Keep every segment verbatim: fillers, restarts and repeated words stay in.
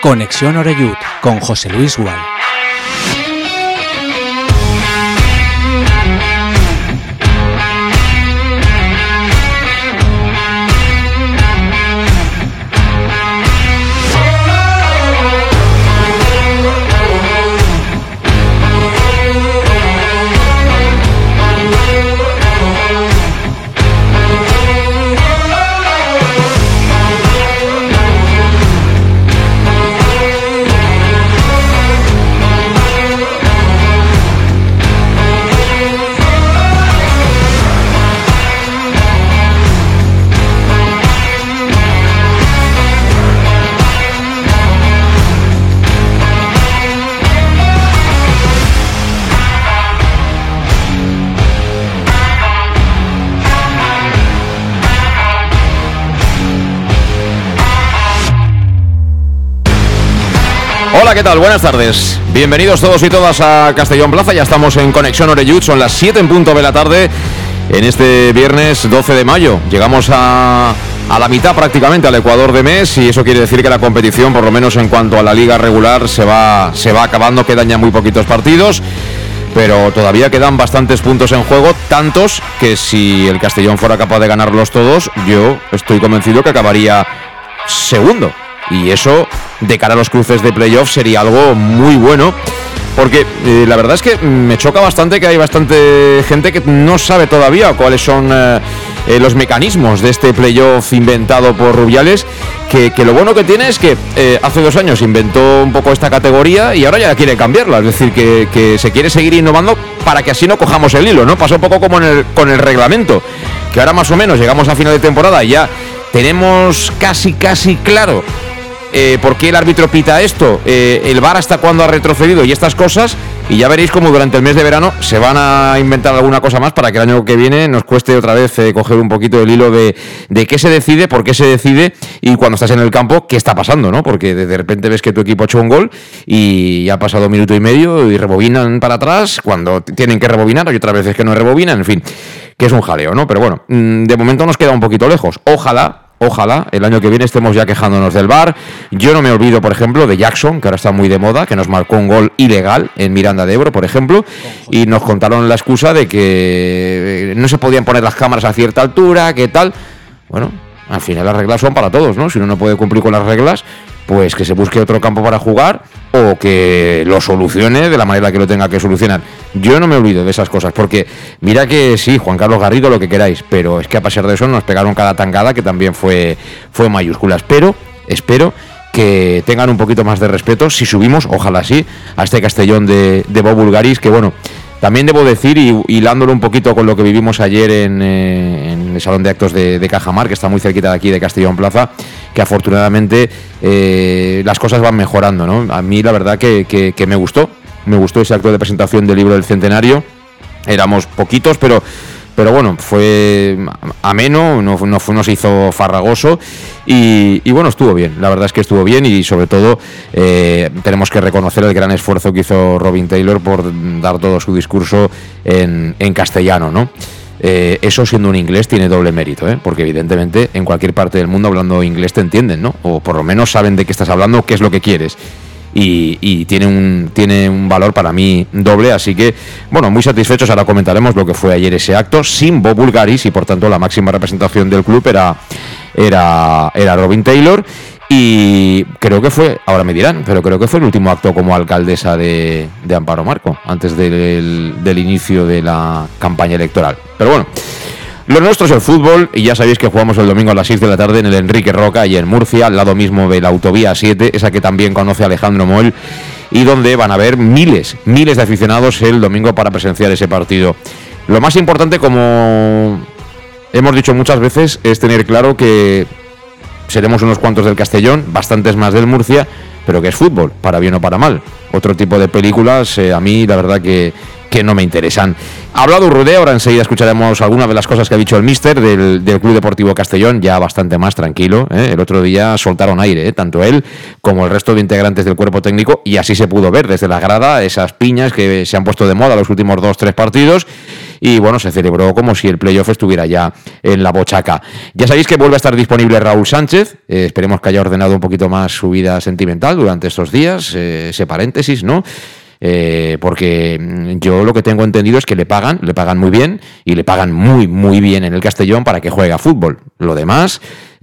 Conexión Oreyud con José Luis Gual. Hola, ¿qué tal? Buenas tardes. Bienvenidos todos y todas a Castellón Plaza. Ya estamos en Conexión Oreyud. Son las siete en punto de la tarde en este viernes doce de mayo. Llegamos a, a la mitad prácticamente, al ecuador de mes, y eso quiere decir que la competición, por lo menos en cuanto a la liga regular, se va, se va acabando. Quedan ya muy poquitos partidos, pero todavía quedan bastantes puntos en juego, tantos que si el Castellón fuera capaz de ganarlos todos, yo estoy convencido que acabaría segundo. Y eso, de cara a los cruces de playoff, sería algo muy bueno. Porque eh, la verdad es que me choca bastante que hay bastante gente que no sabe todavía cuáles son eh, eh, los mecanismos de este playoff inventado por Rubiales. Que, que lo bueno que tiene es que eh, hace dos años inventó un poco esta categoría y ahora ya quiere cambiarla. Es decir, que, que se quiere seguir innovando para que así no cojamos el hilo, ¿no? Pasó un poco como en el, con el reglamento, que ahora más o menos llegamos a final de temporada y ya tenemos casi, casi claro Eh, ¿por qué el árbitro pita esto? Eh, el V A R hasta cuándo ha retrocedido y estas cosas, y ya veréis cómo durante el mes de verano se van a inventar alguna cosa más para que el año que viene nos cueste otra vez eh, coger un poquito el hilo de, de qué se decide, por qué se decide y cuando estás en el campo, qué está pasando, ¿no? Porque de repente ves que tu equipo ha hecho un gol y ya ha pasado un minuto y medio y rebobinan para atrás cuando tienen que rebobinar, hay otras veces que no rebobinan, en fin, que es un jaleo, ¿no? Pero bueno, de momento nos queda un poquito lejos. Ojalá Ojalá el año que viene estemos ya quejándonos del V A R. Yo no me olvido, por ejemplo, de Jackson, que ahora está muy de moda, que nos marcó un gol ilegal en Miranda de Ebro, por ejemplo, y nos contaron la excusa de que no se podían poner las cámaras a cierta altura, que tal. Bueno, al final las reglas son para todos, ¿no? Si uno no puede cumplir con las reglas, pues que se busque otro campo para jugar o que lo solucione de la manera que lo tenga que solucionar. Yo no me olvido de esas cosas, porque mira que sí, Juan Carlos Garrido, lo que queráis, pero es que a pesar de eso nos pegaron cada tangada que también fue, fue mayúsculas. Pero espero que tengan un poquito más de respeto si subimos, ojalá sí, a este Castellón de, de Bo Bulgaris, que bueno, también debo decir, y hilándolo un poquito con lo que vivimos ayer en, eh, en el Salón de Actos de, de Cajamar, que está muy cerquita de aquí, de Castellón Plaza, que afortunadamente eh, las cosas van mejorando, ¿no? A mí la verdad que, que, que me gustó, me gustó ese acto de presentación del libro del centenario. Éramos poquitos, pero, pero bueno, fue ameno, no, no, no se hizo farragoso y, y bueno, estuvo bien, la verdad es que estuvo bien y sobre todo eh, tenemos que reconocer el gran esfuerzo que hizo Robin Taylor por dar todo su discurso en, en castellano, ¿no? Eh, eso siendo un inglés tiene doble mérito, ¿eh? Porque evidentemente en cualquier parte del mundo hablando inglés te entienden, ¿no? O por lo menos saben de qué estás hablando, qué es lo que quieres. Y, y tiene un tiene un valor para mí doble, así que bueno, muy satisfechos. Ahora comentaremos lo que fue ayer ese acto sin Bo Bulgaris y por tanto la máxima representación del club era era era Robin Taylor. Y creo que fue, ahora me dirán, pero creo que fue el último acto como alcaldesa de, de Amparo Marco, antes del, del inicio de la campaña electoral. Pero bueno, lo nuestro es el fútbol y ya sabéis que jugamos el domingo a las seis de la tarde en el Enrique Roca y en Murcia, al lado mismo de la autovía siete, esa que también conoce Alejandro Moll, y donde van a haber miles, miles de aficionados el domingo para presenciar ese partido. Lo más importante, como hemos dicho muchas veces, es tener claro que seremos unos cuantos del Castellón, bastantes más del Murcia, pero que es fútbol, para bien o para mal. Otro tipo de películas, eh, a mí la verdad que, que no me interesan. Ha hablado Rudé, ahora enseguida escucharemos algunas de las cosas que ha dicho el míster del, del Club Deportivo Castellón, ya bastante más tranquilo, ¿eh? El otro día soltaron aire, ¿eh? Tanto él como el resto de integrantes del cuerpo técnico, y así se pudo ver desde la grada esas piñas que se han puesto de moda los últimos dos, tres partidos, y bueno, se celebró como si el playoff estuviera ya en la bochaca. Ya sabéis que vuelve a estar disponible Raúl Sánchez, eh, esperemos que haya ordenado un poquito más su vida sentimental durante estos días, eh, ese paréntesis, ¿no? Eh, porque yo lo que tengo entendido es que le pagan, le pagan muy bien y le pagan muy, muy bien en el Castellón para que juegue a fútbol. Lo demás,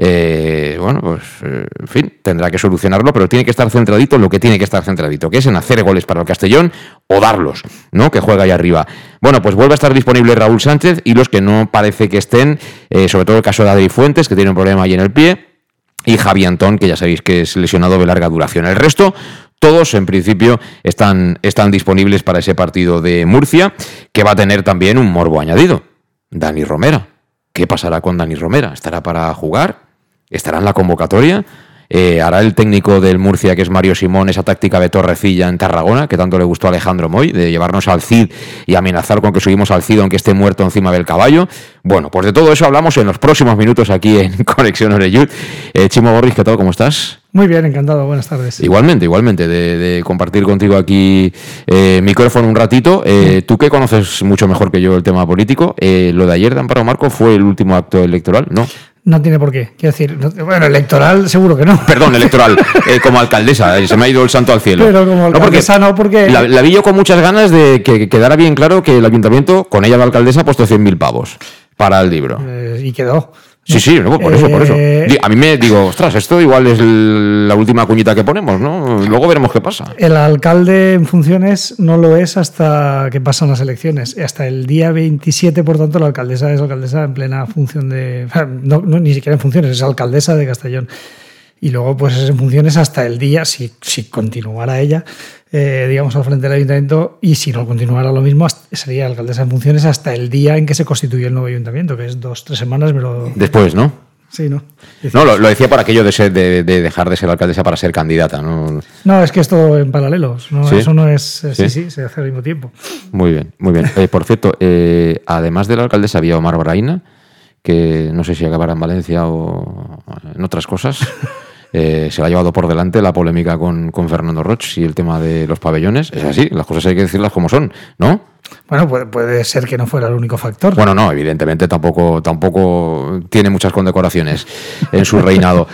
eh, bueno, pues eh, en fin, tendrá que solucionarlo, pero tiene que estar centradito en lo que tiene que estar centradito, que es en hacer goles para el Castellón o darlos, ¿no? Que juega ahí arriba. Bueno, pues vuelve a estar disponible Raúl Sánchez y los que no parece que estén, eh, sobre todo el caso de Adri Fuentes, que tiene un problema ahí en el pie, y Javi Antón, que ya sabéis que es lesionado de larga duración. El resto, todos en principio están, están disponibles para ese partido de Murcia, que va a tener también un morbo añadido. Dani Romera. ¿Qué pasará con Dani Romera? ¿Estará para jugar? ¿Estará en la convocatoria? Eh, ¿Hará el técnico del Murcia, que es Mario Simón, esa táctica de Torrecilla en Tarragona, que tanto le gustó a Alejandro Moy, de llevarnos al Cid y amenazar con que subimos al Cid aunque esté muerto encima del caballo? Bueno, pues de todo eso hablamos en los próximos minutos aquí en Conexión Oreyud. Eh, Chimo Borris, ¿qué tal? ¿Cómo estás? Muy bien, encantado. Buenas tardes. Igualmente, igualmente, de, de compartir contigo aquí eh, micrófono un ratito. Eh, tú que conoces mucho mejor que yo el tema político, eh, lo de ayer de Amparo Marco fue el último acto electoral, ¿no? No tiene por qué. Quiero decir, no, bueno, electoral seguro que no. Perdón, electoral. Eh, como alcaldesa, eh, se me ha ido el santo al cielo. Pero como alcaldesa no, porque... No, porque... La, la vi yo con muchas ganas de que quedara bien claro que el ayuntamiento, con ella la alcaldesa, ha puesto cien mil pavos para el libro. Eh, y quedó. Sí, sí, no, por eso, por eso. A mí me digo, ostras, esto igual es la última cuñita que ponemos, ¿no? Luego veremos qué pasa. El alcalde en funciones no lo es hasta que pasan las elecciones. Hasta el día veintisiete, por tanto, la alcaldesa es alcaldesa en plena función de... No, no, ni siquiera en funciones, es alcaldesa de Castellón. Y luego, pues es en funciones hasta el día, si, si continuara ella, eh, digamos, al frente del ayuntamiento, y si no continuara lo mismo, sería alcaldesa en funciones hasta el día en que se constituye el nuevo ayuntamiento, que es dos, tres semanas. Me lo... Después, ¿no? Sí, ¿no? No, lo, lo decía por aquello de, ser, de, de dejar de ser alcaldesa para ser candidata, ¿no? No, es que es todo en paralelo. No, ¿Sí? Eso no es... Sí, sí, sí, se hace al mismo tiempo. Muy bien, muy bien. Eh, por cierto, eh, además de la alcaldesa había Omar Braina, que no sé si acabará en Valencia o en otras cosas. Eh, se le ha llevado por delante la polémica con, con Fernando Roch y el tema de los pabellones. Es así, las cosas hay que decirlas como son, ¿no? Bueno, puede, puede ser que no fuera el único factor. Bueno, no, evidentemente tampoco, tampoco tiene muchas condecoraciones en su reinado.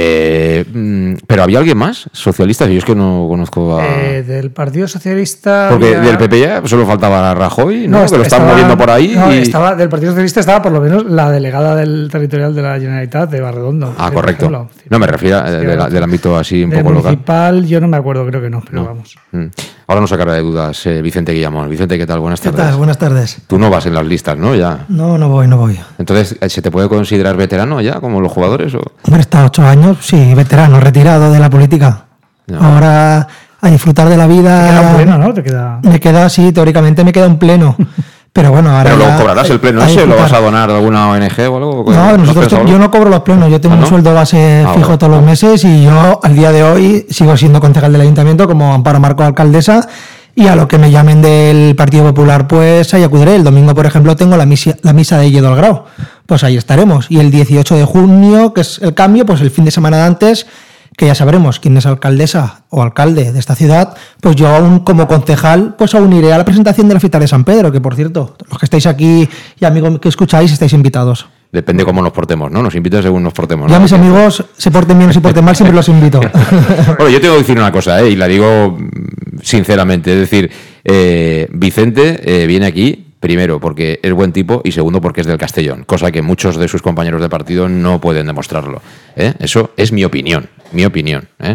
Eh, pero ¿había alguien más? ¿Socialistas? Yo es que no conozco a... Eh, del Partido Socialista... Porque había... del P P ya solo faltaba Rajoy, ¿no? no que lo están estaba, moviendo por ahí. No, y... estaba, del Partido Socialista estaba por lo menos la delegada del territorial de la Generalitat de Barredondo. Ah, correcto. Ejemplo. No, me refiero a, de la, del ámbito así un del poco local. Municipal, yo no me acuerdo, creo que no, pero no. Vamos. Mm. Ahora nos sacará de dudas eh, Vicente Guillamón. Vicente, ¿qué tal? Buenas tardes. ¿Qué tal? Buenas tardes. Tú no vas en las listas, ¿no? Ya. No, no voy, no voy. Entonces, ¿se te puede considerar veterano ya, como los jugadores? O... Hombre, está ocho años, sí, veterano, retirado de la política. No. Ahora a disfrutar de la vida. Te queda un pleno, ¿no? Te queda... Me queda, sí, teóricamente me queda un pleno. Pero bueno, ahora. ¿Pero lo cobrarás el pleno ese? ¿Lo vas a donar a alguna O N G o algo? No, nosotros te, yo no cobro los plenos, yo tengo ¿Ah, no? un sueldo base ah, fijo bueno. todos los meses y yo al día de hoy sigo siendo concejal del ayuntamiento como Amparo Marco, alcaldesa. Y a lo que me llamen del Partido Popular, pues ahí acudiré. El domingo, por ejemplo, tengo la misa, la misa de Lledó al Grau. Pues ahí estaremos. Y el dieciocho de junio, que es el cambio, pues el fin de semana de antes, que ya sabremos quién es alcaldesa o alcalde de esta ciudad, pues yo aún como concejal, pues aún iré a la presentación de la fiesta de San Pedro, que por cierto, los que estáis aquí y amigos que escucháis, estáis invitados. Depende cómo nos portemos, ¿no? Nos invitas según nos portemos, ¿no? Ya mis amigos, se porten bien o se porten mal, siempre los invito. Bueno, yo tengo que decir una cosa, ¿eh? Y la digo sinceramente. Es decir, eh, Vicente eh, viene aquí, primero, porque es buen tipo y segundo, porque es del Castellón, cosa que muchos de sus compañeros de partido no pueden demostrarlo, ¿eh? Eso es mi opinión, mi opinión, ¿eh?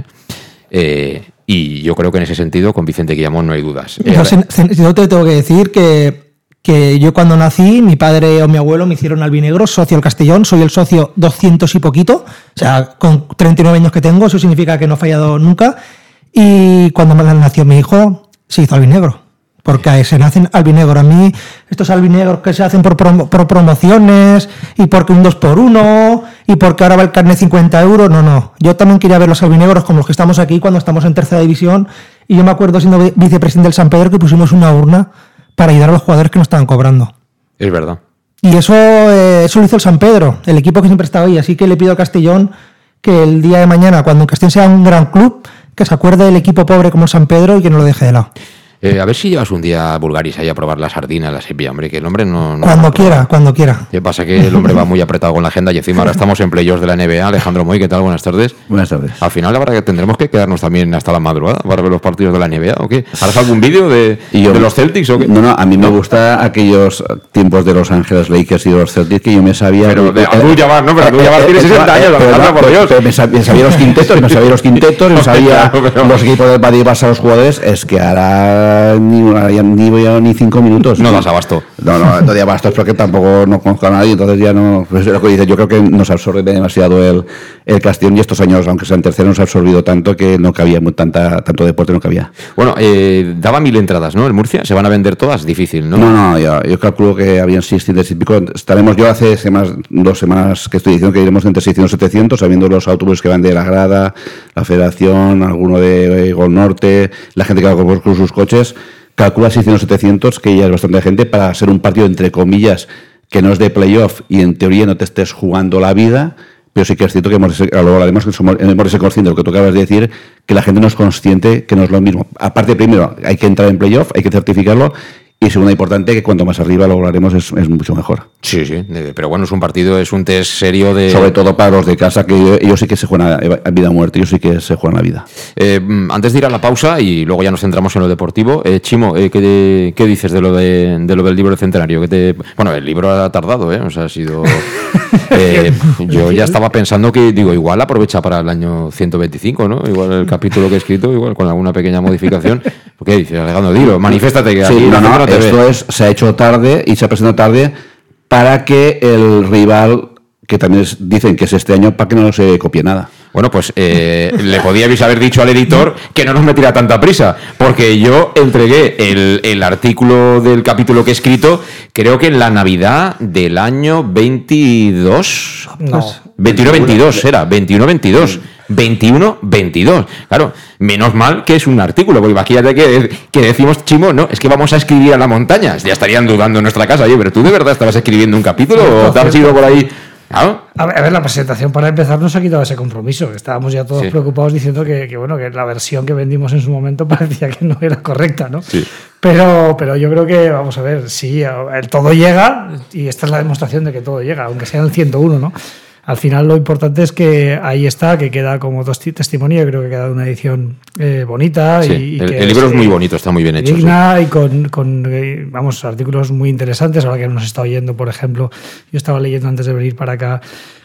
Eh, y yo creo que en ese sentido, con Vicente Guillamón no hay dudas. Eh, yo, yo te tengo que decir que que yo cuando nací, mi padre o mi abuelo me hicieron albinegro, socio del Castellón, soy el socio doscientos y poquito, o sea, con treinta y nueve años que tengo, eso significa que no he fallado nunca, y cuando me nació mi hijo, se hizo albinegro, porque se nacen albinegro. A mí, estos albinegros que se hacen por, prom- por promociones, y porque un dos por uno, y porque ahora va el carnet cincuenta euros, no, no, yo también quería ver los albinegros como los que estamos aquí cuando estamos en tercera división, y yo me acuerdo siendo vicepresidente del San Pedro que pusimos una urna para ayudar a los jugadores que no estaban cobrando. Es verdad. Y eso, eh, eso lo hizo el San Pedro, el equipo que siempre está ahí. Así que le pido a Castellón que el día de mañana, cuando Castellón sea un gran club, que se acuerde del equipo pobre como el San Pedro y que no lo deje de lado. Eh, a ver si llevas un día a Bulgaris ahí a probar la sardina, la sepia, hombre, que el hombre no... no cuando quiera, cuando quiera. ¿Qué pasa? Que el hombre va muy apretado con la agenda y encima ahora estamos en playoffs de la N B A. Alejandro Moy, ¿qué tal? Buenas tardes. Buenas tardes. Al final ahora tendremos que quedarnos también hasta la madrugada para ver los partidos de la N B A, ¿o qué? ¿Harás algún vídeo de, yo, de los Celtics o qué? No, no, a mí me no. gusta aquellos tiempos de Los Ángeles Lakers y de los Celtics que yo me sabía... Pero de Abdul-Jabbar, ¿no? Pero Abdul-Jabbar tiene sesenta años, Alejandro, por Dios. Me sabía los quintetos, me sabía los quintetos, me sabía los equipos del Madrid Barça, los jugadores. Es que ahora ni... Ya ni voy a ni cinco minutos. No das abasto. No, no, no doy abasto, es porque tampoco no conozco a nadie, entonces ya no... Pues es lo que dice, yo creo que nos absorbe demasiado el, el Castellón y estos años, aunque sean terceros, nos ha absorbido tanto que no cabía tanta, tanto deporte, no cabía. Bueno, eh, daba mil entradas, ¿no? El Murcia, ¿se van a vender todas? Difícil, ¿no? No, no, yo, yo calculo que habían seiscientos y pico. Estaremos, yo hace semanas, dos semanas que estoy diciendo que iremos entre seiscientos y setecientos, sabiendo los autobuses que van de la grada, la Federación, alguno de, de Gol Norte, la gente que va con, con sus coches. Calcula seiscientos setecientos, que ya es bastante gente, para ser un partido, entre comillas, que no es de playoff y en teoría no te estés jugando la vida, pero sí que es cierto que hemos, luego hablaremos que somos, hemos de ser conscientes de lo que tú acabas de decir, que la gente no es consciente que no es lo mismo. Aparte, primero, hay que entrar en playoff, hay que certificarlo, y segundo, importante, que cuanto más arriba lo lograremos es, es mucho mejor. Sí, sí, pero bueno, es un partido, es un test serio de... Sobre todo para los de casa, que ellos sí que se juegan a vida o muerte, ellos sí que se juegan la vida. Eh, antes de ir a la pausa, y luego ya nos centramos en lo deportivo, eh, Chimo, eh, ¿qué, ¿qué dices de lo de, de lo del libro del centenario? ¿Qué te... Bueno, el libro ha tardado, ¿eh? O sea, ha sido... Eh, yo ya estaba pensando que, digo, igual aprovecha para el año ciento veinticinco, ¿no? Igual el capítulo que he escrito, igual con alguna pequeña modificación. ¿Qué dices, Alejandro? Dilo, manifiéstate que sí, aquí no, no, no te esto ve. es, se ha hecho tarde y se ha presentado tarde para que el rival, que también es, dicen que es este año, para que no se copie nada. Bueno, pues eh, le podíais haber dicho al editor que no nos metiera tanta prisa, porque yo entregué el, el artículo del capítulo que he escrito, creo que en la Navidad del año veintidós. No. veintiuno veintidós era, veintiuno veintidós. veintiuno veintidós. Claro, menos mal que es un artículo, porque imagínate que, que decimos, Chimo, no, es que vamos a escribir a la montaña. Ya estarían dudando en nuestra casa, oye, pero tú de verdad estabas escribiendo un capítulo o te has ido por ahí... ¿Ah? A ver, a ver, la presentación para empezar nos ha quitado ese compromiso. Estábamos ya todos sí. preocupados diciendo que, que, bueno, que la versión que vendimos en su momento parecía que no era correcta, ¿no? Sí. Pero, pero yo creo que, vamos a ver, sí, el todo llega y esta es la demostración de que todo llega, aunque sea en el ciento uno, ¿no? Al final lo importante es que ahí está, que queda como testimonio. Yo creo que queda una edición eh, bonita. Sí, y, y el, que el libro es, es muy bonito, está muy bien hecho. Digna sí. y con, con eh, vamos, artículos muy interesantes. Ahora que nos está oyendo, por ejemplo, yo estaba leyendo antes de venir para acá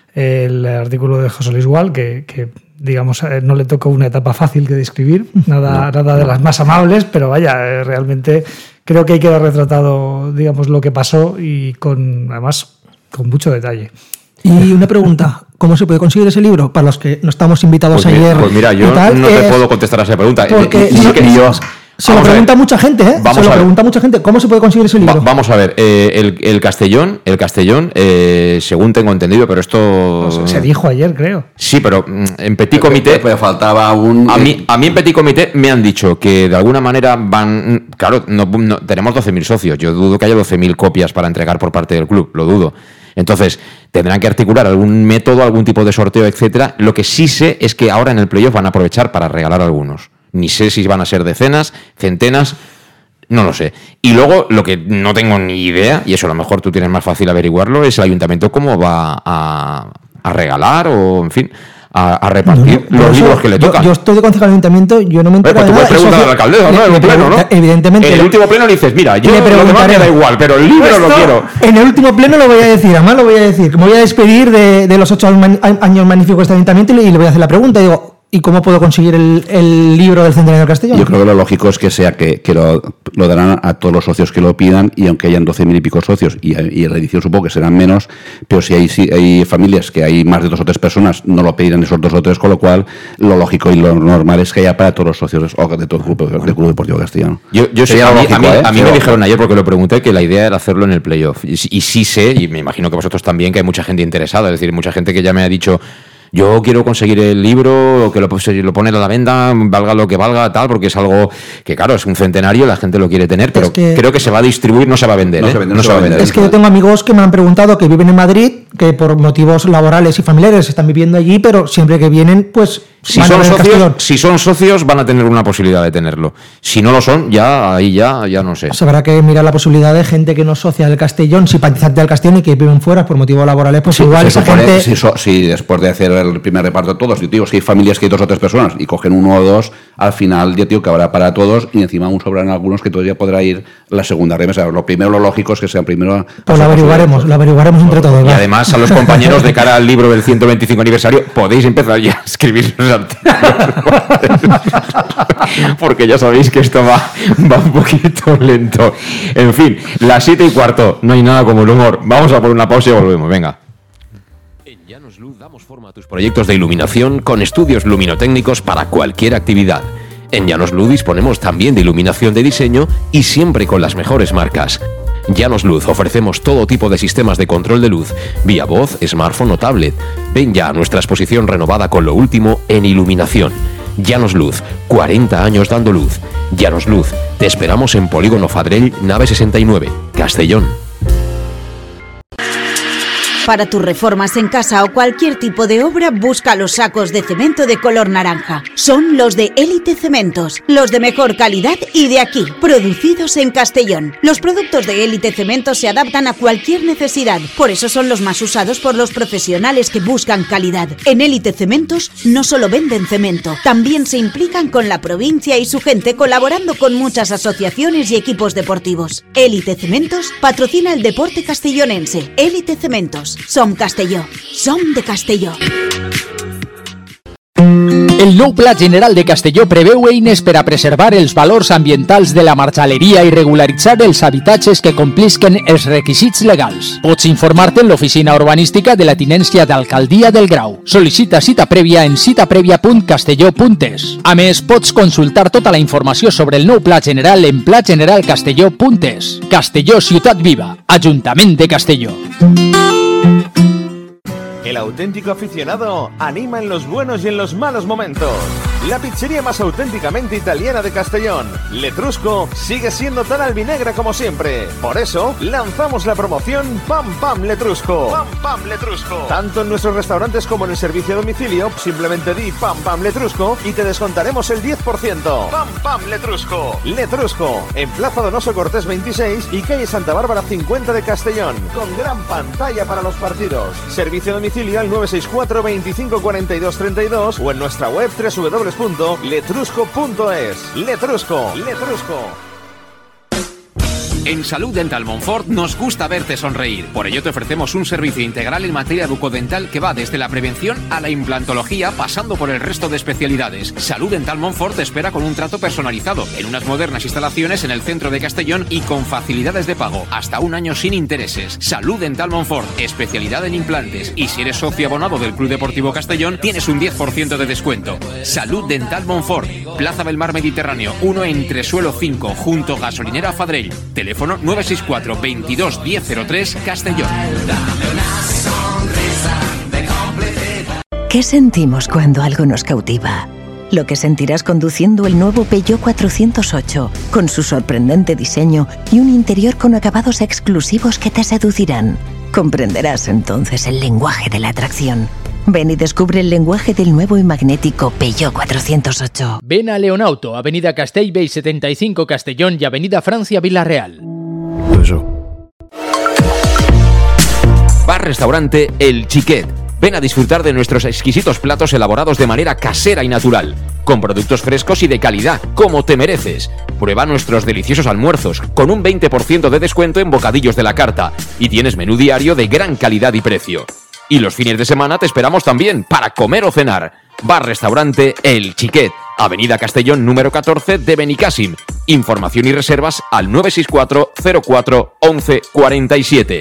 el artículo de José Luis Gual, que, que digamos, no le tocó una etapa fácil que describir, nada, no, nada de no. las más amables, pero vaya, realmente creo que ahí queda retratado, digamos, lo que pasó y con, además, con mucho detalle. Y una pregunta, ¿cómo se puede conseguir ese libro? Para los que no estamos invitados pues ayer. Mira, pues mira, yo tal, no te es... puedo contestar a esa pregunta. Porque sí no, que yo... Se lo pregunta mucha gente, ¿eh? Vamos se lo a pregunta mucha gente. ¿Cómo se puede conseguir ese libro? Va, vamos a ver, eh, el, el Castellón, el Castellón, eh, según tengo entendido, pero esto... Pues se dijo ayer, creo. Sí, pero en Petit Comité... Pero, pero faltaba un... A mí, a mí en Petit Comité me han dicho que de alguna manera van... Claro, no, no, tenemos doce mil socios. Yo dudo que haya doce mil copias para entregar por parte del club, lo dudo. Entonces, tendrán que articular algún método, algún tipo de sorteo, etcétera. Lo que sí sé es que ahora en el playoff van a aprovechar para regalar algunos. Ni sé si van a ser decenas, centenas, no lo sé. Y luego, lo que no tengo ni idea, y eso a lo mejor tú tienes más fácil averiguarlo, es el ayuntamiento cómo va a, a regalar o, en fin, a, a repartir no, no, los libros que le tocan. Yo, yo estoy de concejal del ayuntamiento, yo no me entero pues de tú nada. puedes preguntar a la alcaldesa, ¿no? En un pleno, ¿no? Evidentemente. En el último pleno le dices, mira, yo lo demás me da igual, pero el libro Esto, lo quiero. En el último pleno lo voy a decir, además lo voy a decir. Me voy a despedir de, de los ocho años magníficos de este ayuntamiento y le voy a hacer la pregunta. Y digo, ¿y cómo puedo conseguir el, el libro del Centenario del Castellón? Yo creo que lo lógico es que sea que, que lo, lo darán a todos los socios que lo pidan, y aunque hayan doce mil y pico socios, y, y en la edición supongo que serán menos, pero si hay, si hay familias que hay más de dos o tres personas, no lo pedirán esos dos o tres, con lo cual lo lógico y lo normal es que haya para todos los socios o de todo el grupo del Club Deportivo Castellano. Yo, yo sé, a mí, lógico, a mí, ¿eh? a mí me dijeron ayer, porque lo pregunté, que la idea era hacerlo en el playoff. Y, y sí sé, y me imagino que vosotros también, que hay mucha gente interesada, es decir, mucha gente que ya me ha dicho... yo quiero conseguir el libro, que lo, lo poner a la venta, valga lo que valga, tal, porque es algo que, claro, es un centenario, la gente lo quiere tener, pero que creo que se va a distribuir, no se va a vender. No, ¿eh? se, vende, no, no se va a vender. Es que yo tengo amigos que me han preguntado que viven en Madrid, que por motivos laborales y familiares están viviendo allí, pero siempre que vienen, pues... Si son, socios, si son socios van a tener una posibilidad de tenerlo. Si no lo son, ya ahí ya, ya no sé. Pues habrá que mirar la posibilidad de gente que no es socia del Castellón, simpatizante del Castellón y que viven fuera por motivos laborales, pues sí, igual esa gente... Si, so, si después de hacer el primer reparto todos, yo digo, si hay familias que hay dos o tres personas y cogen uno o dos, al final ya digo que habrá para todos y encima aún sobran algunos que todavía podrá ir la segunda remesa. Lo primero, lo lógico es que sean primero... Pues lo averiguaremos, lo averiguaremos entre todos. Y ¿va? Además a los compañeros de cara al libro del ciento veinticinco aniversario podéis empezar ya a escribir los artículos. Porque ya sabéis que esto va, va un poquito lento. En fin, las siete y cuarto, no hay nada como el humor. Vamos a por una pausa y volvemos, venga. En Llanos Luz damos forma a tus proyectos de iluminación con estudios luminotécnicos para cualquier actividad. En Llanos Luz disponemos también de iluminación de diseño y siempre con las mejores marcas. Llanos Luz ofrecemos todo tipo de sistemas de control de luz, vía voz, smartphone o tablet. Ven ya a nuestra exposición renovada con lo último en iluminación. Llanos Luz, cuarenta años dando luz. Llanos Luz, te esperamos en Polígono Fadrell, nave sesenta y nueve, Castellón. Para tus reformas en casa o cualquier tipo de obra, busca los sacos de cemento de color naranja. Son los de Élite Cementos, los de mejor calidad y de aquí, producidos en Castellón. Los productos de Élite Cementos se adaptan a cualquier necesidad, por eso son los más usados por los profesionales que buscan calidad. En Élite Cementos no solo venden cemento, también se implican con la provincia y su gente, colaborando con muchas asociaciones y equipos deportivos. Élite Cementos patrocina el deporte castellonense. Élite Cementos. Som Castelló. Som de Castelló. El nou Pla General de Castelló preveu eines per a preservar els valors ambientals de la marxaleria i regularitzar els habitatges que complisquen els requisits legals. Pots informar-te en l'oficina urbanística de la tinència d'Alcaldia del Grau. Sol·licita cita prèvia en cita prèvia punt castelló punt es. A més, pots consultar tota la informació sobre el nou Pla General en pla general castelló punt es. Castelló, ciutat viva. Ajuntament de Castelló. El auténtico aficionado anima en los buenos y en los malos momentos. La pizzería más auténticamente italiana de Castellón, Letrusco, sigue siendo tan albinegra como siempre. Por eso, lanzamos la promoción Pam Pam Letrusco. Pam Pam Letrusco. Tanto en nuestros restaurantes como en el servicio a domicilio, simplemente di Pam Pam Letrusco y te descontaremos el diez por ciento. Pam Pam Letrusco. Letrusco, en Plaza Donoso Cortés veintiséis y calle Santa Bárbara cincuenta de Castellón, con gran pantalla para los partidos. Servicio a domicilio al nueve seis cuatro, veinticinco cuarenta y dos treinta y dos o en nuestra web doble u doble u doble u punto letrusco punto es. Letrusco, Letrusco. En Salud Dental Montfort nos gusta verte sonreír. Por ello te ofrecemos un servicio integral en materia bucodental que va desde la prevención a la implantología, pasando por el resto de especialidades. Salud Dental Montfort te espera con un trato personalizado, en unas modernas instalaciones en el centro de Castellón y con facilidades de pago, hasta un año sin intereses. Salud Dental Montfort, especialidad en implantes. Y si eres socio abonado del Club Deportivo Castellón, tienes un diez por ciento de descuento. Salud Dental Montfort, Plaza del Mar Mediterráneo, uno entre suelo cinco, junto Gasolinera Fadrell. Teléfono nueve seis cuatro, veintidós, diez cero tres, Castellón. ¿Qué sentimos cuando algo nos cautiva? Lo que sentirás conduciendo el nuevo Peugeot cuatrocientos ocho, con su sorprendente diseño y un interior con acabados exclusivos que te seducirán. Comprenderás entonces el lenguaje de la atracción. Ven y descubre el lenguaje del nuevo y magnético Peugeot cuatrocientos ocho. Ven a Leonauto, Avenida Castellbell setenta y cinco Castellón y Avenida Francia Villarreal. Eso. Bar-restaurante El Chiquet. Ven a disfrutar de nuestros exquisitos platos elaborados de manera casera y natural, con productos frescos y de calidad, como te mereces. Prueba nuestros deliciosos almuerzos, con un veinte por ciento de descuento en bocadillos de la carta, y tienes menú diario de gran calidad y precio. Y los fines de semana te esperamos también para comer o cenar. Bar-restaurante El Chiquet, Avenida Castellón número catorce de Benicàssim. Información y reservas al nueve seis cuatro, cero cuatro, once, cuarenta y siete.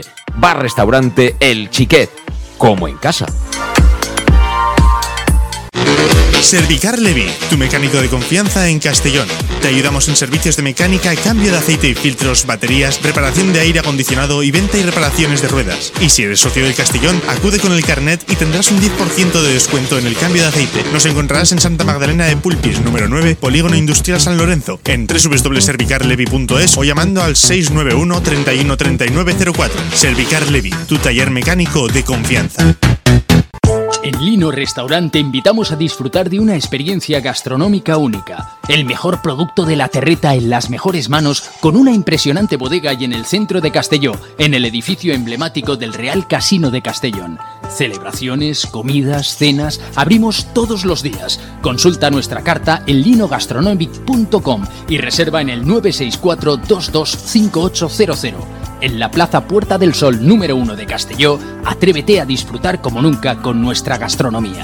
Bar-restaurante El Chiquet, como en casa. Servicar Levi, tu mecánico de confianza en Castellón. Te ayudamos en servicios de mecánica, cambio de aceite y filtros, baterías, reparación de aire acondicionado y venta y reparaciones de ruedas. Y si eres socio del Castellón, acude con el carnet y tendrás un diez por ciento de descuento en el cambio de aceite. Nos encontrarás en Santa Magdalena de Pulpis, número nueve, Polígono Industrial San Lorenzo, en doble u doble u doble u punto servicar levi punto es o llamando al seis nueve uno, treinta y uno, treinta y nueve cero cuatro. Servicar Levi, tu taller mecánico de confianza. En Lino Restaurant te invitamos a disfrutar de una experiencia gastronómica única. El mejor producto de la terreta en las mejores manos, con una impresionante bodega y en el centro de Castelló, en el edificio emblemático del Real Casino de Castellón. Celebraciones, comidas, cenas, abrimos todos los días. Consulta nuestra carta en lino gastronomic punto com y reserva en el nueve seis cuatro, dos dos cinco ocho cero cero. En la Plaza Puerta del Sol número uno de Castelló, atrévete a disfrutar como nunca con nuestra gastronomía.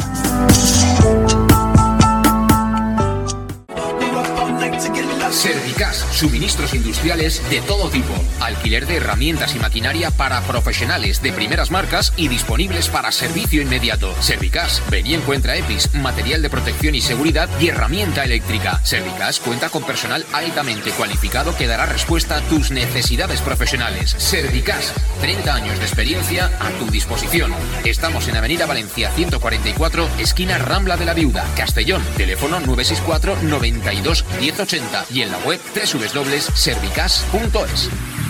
Servicas, suministros industriales de todo tipo, alquiler de herramientas y maquinaria para profesionales de primeras marcas y disponibles para servicio inmediato. Servicas, ven y encuentra E P I S, material de protección y seguridad y herramienta eléctrica. Servicas cuenta con personal altamente cualificado que dará respuesta a tus necesidades profesionales. Servicas, treinta años de experiencia a tu disposición. Estamos en Avenida Valencia ciento cuarenta y cuatro, esquina Rambla de la Viuda, Castellón. Teléfono nueve seis cuatro, noventa y dos, diez ochenta y en la web doble u doble u doble u punto servicas punto es.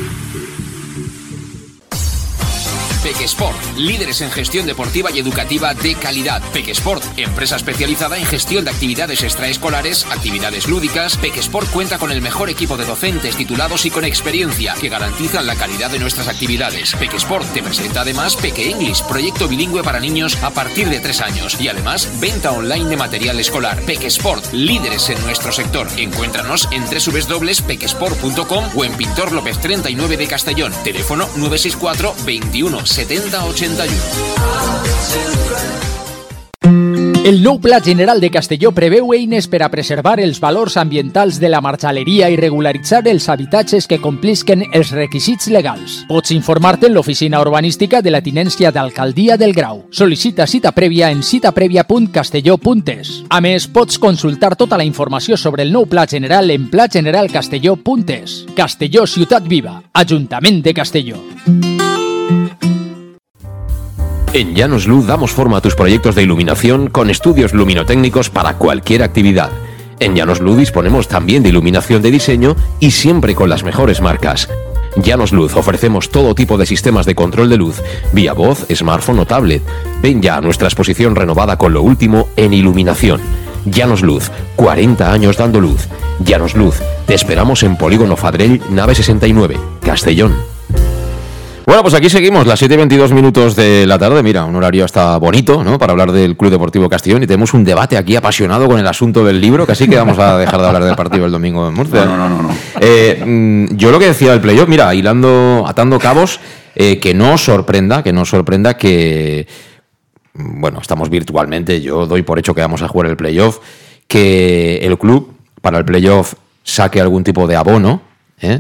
Pequesport, líderes en gestión deportiva y educativa de calidad. Pequesport, empresa especializada en gestión de actividades extraescolares, actividades lúdicas. Pequesport cuenta con el mejor equipo de docentes titulados y con experiencia que garantizan la calidad de nuestras actividades. Pequesport te presenta además Peque English, proyecto bilingüe para niños a partir de tres años y además venta online de material escolar. Pequesport, líderes en nuestro sector. Encuéntranos en doble u doble u doble u punto pequesport punto com o en Pintor López treinta y nueve de Castellón. Teléfono nueve seis cuatro, veintiuno, setenta, ochenta y uno. El nou Pla General de Castelló preveu eines per a preservar els valors ambientals de la marxaleria i regularitzar els habitatges que complisquen els requisits legals. Pots informar-te en l'oficina urbanística de la tinència d'Alcaldia del Grau. Sol·licita cita prèvia en cita prèvia punt castelló punt es. A més, pots consultar tota la informació sobre el nou Pla General en pla general castelló punt es. Castelló, ciutat viva. Ajuntament de Castelló. En Llanos Luz damos forma a tus proyectos de iluminación con estudios luminotécnicos para cualquier actividad. En Llanos Luz disponemos también de iluminación de diseño y siempre con las mejores marcas. Llanos Luz ofrecemos todo tipo de sistemas de control de luz, vía voz, smartphone o tablet. Ven ya a nuestra exposición renovada con lo último en iluminación. Llanos Luz, cuarenta años dando luz. Llanos Luz, te esperamos en Polígono Fadrell, nave sesenta y nueve, Castellón. Bueno, pues aquí seguimos, las siete y veintidós minutos de la tarde. Mira, un horario hasta bonito, ¿no?, para hablar del Club Deportivo Castellón, y tenemos un debate aquí apasionado con el asunto del libro, que así que vamos a dejar de hablar del partido del domingo en Murcia. No, no, no, no. Eh, yo lo que decía del playoff, mira, hilando, atando cabos, eh, que no os sorprenda, que no os sorprenda que, bueno, estamos virtualmente, yo doy por hecho que vamos a jugar el playoff, que el club para el playoff saque algún tipo de abono, ¿eh?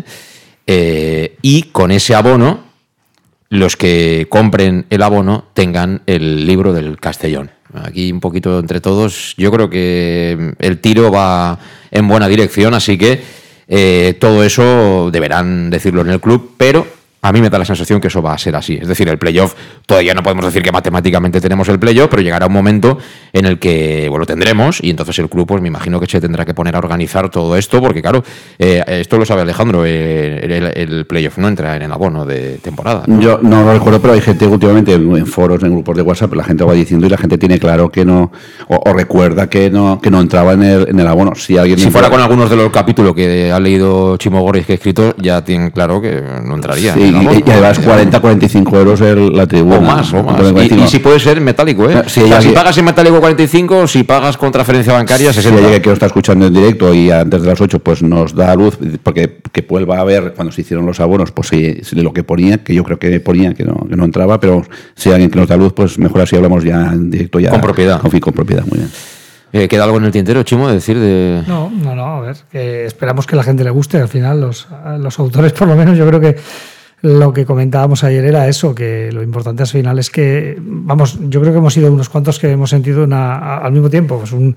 Eh, y con ese abono los que compren el abono tengan el libro del Castellón. Aquí un poquito entre todos, yo creo que el tiro va en buena dirección, así que eh, todo eso deberán decirlo en el club, pero a mí me da la sensación que eso va a ser así. Es decir, el playoff, todavía no podemos decir que matemáticamente tenemos el playoff, pero llegará un momento en el que, bueno, lo tendremos, y entonces el club, pues me imagino que se tendrá que poner a organizar todo esto, porque claro, eh, esto lo sabe Alejandro, eh, el, el playoff no entra en el abono de temporada, ¿no? Yo no lo recuerdo, pero hay gente últimamente en foros, en grupos de WhatsApp, la gente va diciendo y la gente tiene claro que no, o, o recuerda que no que no entraba en el, en el abono. Si alguien si no fuera con algunos de los capítulos que ha leído Chimo Gorriz que ha escrito, ya tienen claro que no entraría. Sí, y, y además cuarenta a cuarenta y cinco euros el, la tribuna. O más, o más. Y, y si puede ser metálico, ¿eh? Sí, o sea, si que, pagas en metálico cuarenta y cinco, si pagas con transferencia bancaria sesenta. Si alguien que lo está escuchando en directo y antes de las ocho pues nos da luz, porque que vuelva a ver cuando se hicieron los abonos, pues si, si lo que ponía, que yo creo que ponía que no, que no entraba, pero si alguien que nos da luz, pues mejor así hablamos ya en directo. Ya con propiedad. Con, con propiedad, muy bien. Eh, ¿Queda algo en el tintero, Chimo, de decir? De... No, no, no, a ver, que esperamos que a la gente le guste. Al final, los, los autores, por lo menos, yo creo que lo que comentábamos ayer era eso, que lo importante al final es que, vamos, yo creo que hemos sido unos cuantos que hemos sentido una, al mismo tiempo pues un,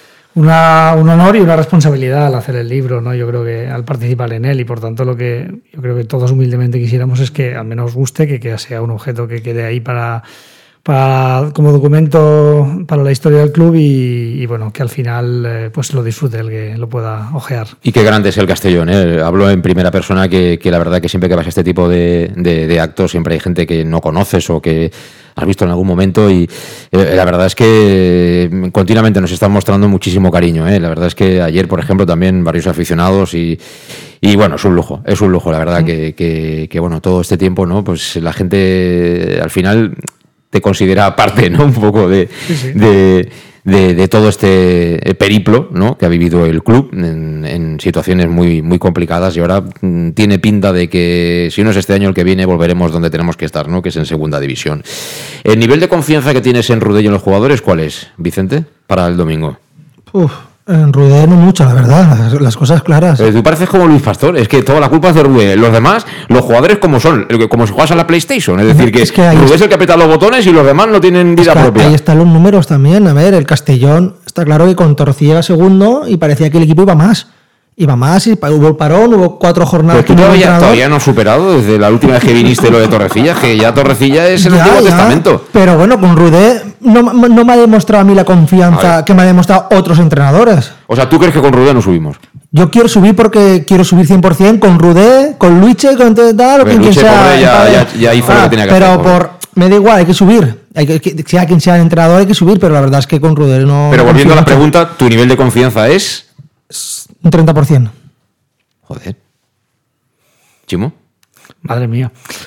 una, un honor y una responsabilidad al hacer el libro, ¿no? Yo creo que al participar en él, y por tanto lo que yo creo que todos humildemente quisiéramos es que al menos guste, que, que sea un objeto que quede ahí para... Para, como documento para la historia del club y, y bueno, que al final eh, pues lo disfrute el que lo pueda ojear. Y qué grande es el Castellón, ¿eh? Hablo en primera persona que, que la verdad que siempre que vas a este tipo de, de, de actos siempre hay gente que no conoces o que has visto en algún momento y eh, la verdad es que continuamente nos están mostrando muchísimo cariño, ¿eh? La verdad es que ayer, por ejemplo, también varios aficionados y, y bueno, es un lujo, es un lujo, la verdad mm. que, que, que bueno, todo este tiempo, ¿no? Pues la gente al final te considera parte, ¿no? Un poco de, sí, sí. de, de, de todo este periplo, ¿no? Que ha vivido el club en, en situaciones muy, muy complicadas y ahora mm, tiene pinta de que si no es este año el que viene volveremos donde tenemos que estar, ¿no? Que es en segunda división. ¿El nivel de confianza que tienes en Rudé y en los jugadores cuál es, Vicente, para el domingo? Uf. En Rudé no mucho, la verdad, las, las cosas claras. Eh, tú pareces como Luis Pastor, es que toda la culpa es de Rudé. Los demás, los jugadores como son, como si juegas a la PlayStation. Es decir, que, es que Rudé es el que aprieta los botones y los demás no tienen vida es que propia. Ahí están los números también. A ver, el Castellón, está claro que con Torcilla segundo y parecía que el equipo iba más. Iba más, y hubo el parón, hubo cuatro jornadas. Pero tú todavía, todavía no has superado desde la última vez que viniste lo de Torrecilla, que ya Torrecilla es el ya, Antiguo ya. Testamento. Pero bueno, con Rudé no, no me ha demostrado a mí la confianza que me ha demostrado otros entrenadores. O sea, ¿tú crees que con Rudé no subimos? Yo quiero subir porque quiero subir cien por ciento con Rudé, con Luche, con tal, o quien Luche, sea. Pobre, ya, ya, ya hizo ah, lo que tenía que pero hacer. Pero por me da igual, hay que subir. Hay que, que, sea quien sea el entrenador, hay que subir, pero la verdad es que con Rudé no. Pero no volviendo a la mucho. pregunta, ¿tu nivel de confianza es? Un treinta por ciento. Joder. ¿Chimo? Madre mía.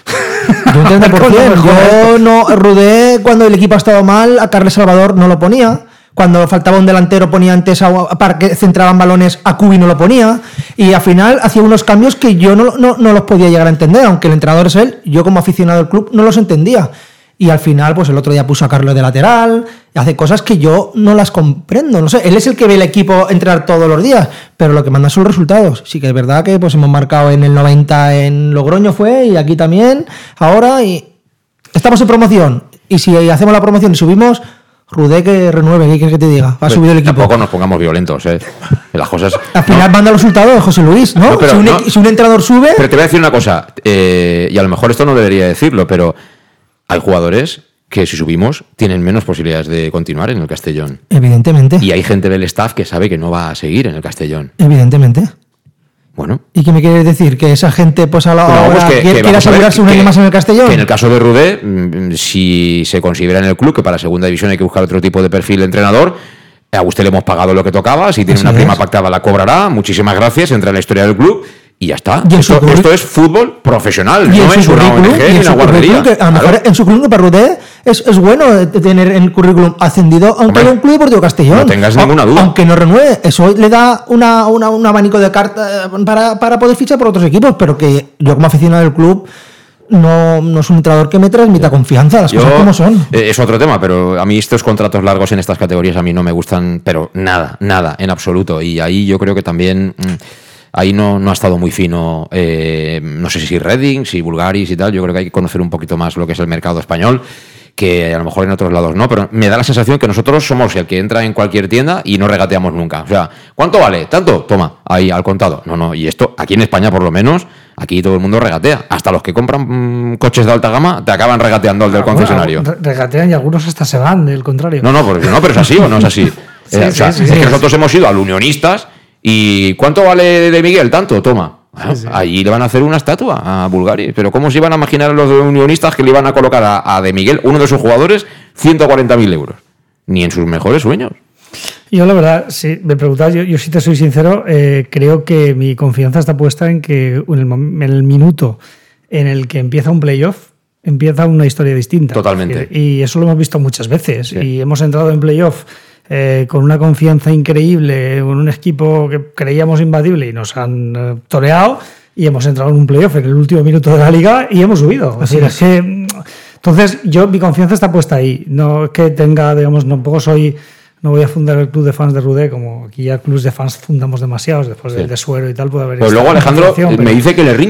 Yo un treinta por ciento. Yo no, Rudé, cuando el equipo ha estado mal, a Carles Salvador no lo ponía. Cuando faltaba un delantero ponía antes a, a para que centraban balones a Cubi no lo ponía. Y al final hacía unos cambios que yo no, no, no los podía llegar a entender. Aunque el entrenador es él, yo como aficionado del club no los entendía. Y al final, pues el otro día puso a Carlos de lateral, y hace cosas que yo no las comprendo. No sé, él es el que ve el equipo entrenar todos los días, pero lo que manda son los resultados. Sí que es verdad que pues hemos marcado en el noventa en Logroño fue, y aquí también, ahora, y estamos en promoción. Y si hacemos la promoción y subimos, Rudé que renueve, ¿qué quieres que te diga? Ha subido el equipo. Tampoco nos pongamos violentos, ¿eh? Las cosas... Al final no. manda los resultados José Luis, ¿no? no, pero, si, un, no si un entrenador sube... Pero te voy a decir una cosa, eh, y a lo mejor esto no debería decirlo, pero... Hay jugadores que si subimos tienen menos posibilidades de continuar en el Castellón. Evidentemente. Y hay gente del staff que sabe que no va a seguir en el Castellón. Evidentemente. Bueno. ¿Y qué me quieres decir? ¿Que esa gente pues a la no, hora pues que, quiere, que quiere asegurarse un año más en el Castellón? Que en el caso de Rudé, si se considera en el club que para segunda división hay que buscar otro tipo de perfil de entrenador, a usted le hemos pagado lo que tocaba, si tiene Así una prima es. pactada la cobrará, muchísimas gracias, entra en la historia del club... Y ya está. Y esto, esto es fútbol profesional, no es una O N G ni una guardería. Que a lo mejor claro. En su currículum para Rudé es, es bueno tener el currículum ascendido, aunque en un club deportivo Castellón. No tengas ninguna duda. Aunque no renueve, eso le da una, una, un abanico de cartas para, para poder fichar por otros equipos, pero que yo como aficionado del club no, no es un entrenador que me transmita confianza, las yo, cosas como son. Eh, es otro tema, pero a mí estos contratos largos en estas categorías a mí no me gustan, pero nada, nada, en absoluto. Y ahí yo creo que también... Mmm, Ahí no, no ha estado muy fino, eh, no sé si Reading, si Bulgaris y tal. Yo creo que hay que conocer un poquito más lo que es el mercado español, que a lo mejor en otros lados no, pero me da la sensación que nosotros somos el que entra en cualquier tienda y no regateamos nunca. O sea, ¿cuánto vale? ¿Tanto? Toma, ahí al contado. No, no, y esto, aquí en España por lo menos, aquí todo el mundo regatea. Hasta los que compran mmm, coches de alta gama te acaban regateando al del concesionario. Bueno, regatean y algunos hasta se van, del contrario. No, no, porque, no pero es así o no es así. sí, eh, sí, o sea, sí, es sí, que sí. nosotros hemos ido al Unionistas. ¿Y cuánto vale de Miguel? Tanto, toma. Bueno, sí, sí. Allí le van a hacer una estatua a Bulgaris. Pero ¿cómo se iban a imaginar los unionistas que le iban a colocar a, a De Miguel, uno de sus jugadores, ciento cuarenta mil euros? Ni en sus mejores sueños. Yo la verdad, si me preguntas, yo, yo si te soy sincero, eh, creo que mi confianza está puesta en que en el, en el minuto en el que empieza un playoff, empieza una historia distinta. Totalmente. Y eso lo hemos visto muchas veces. Sí. Y hemos entrado en playoff Eh, con una confianza increíble, con un equipo que creíamos imbatible y nos han eh, toreado, y hemos entrado en un playoff en el último minuto de la liga y hemos subido. Es decir, es que, entonces yo mi confianza está puesta ahí. No es que tenga, digamos, tampoco soy, no voy a fundar el club de fans de Rudé, como aquí ya clubes de fans fundamos demasiados después sí. del de Suero y tal, puede haber. Pero luego Alejandro me pero... dice que le riño.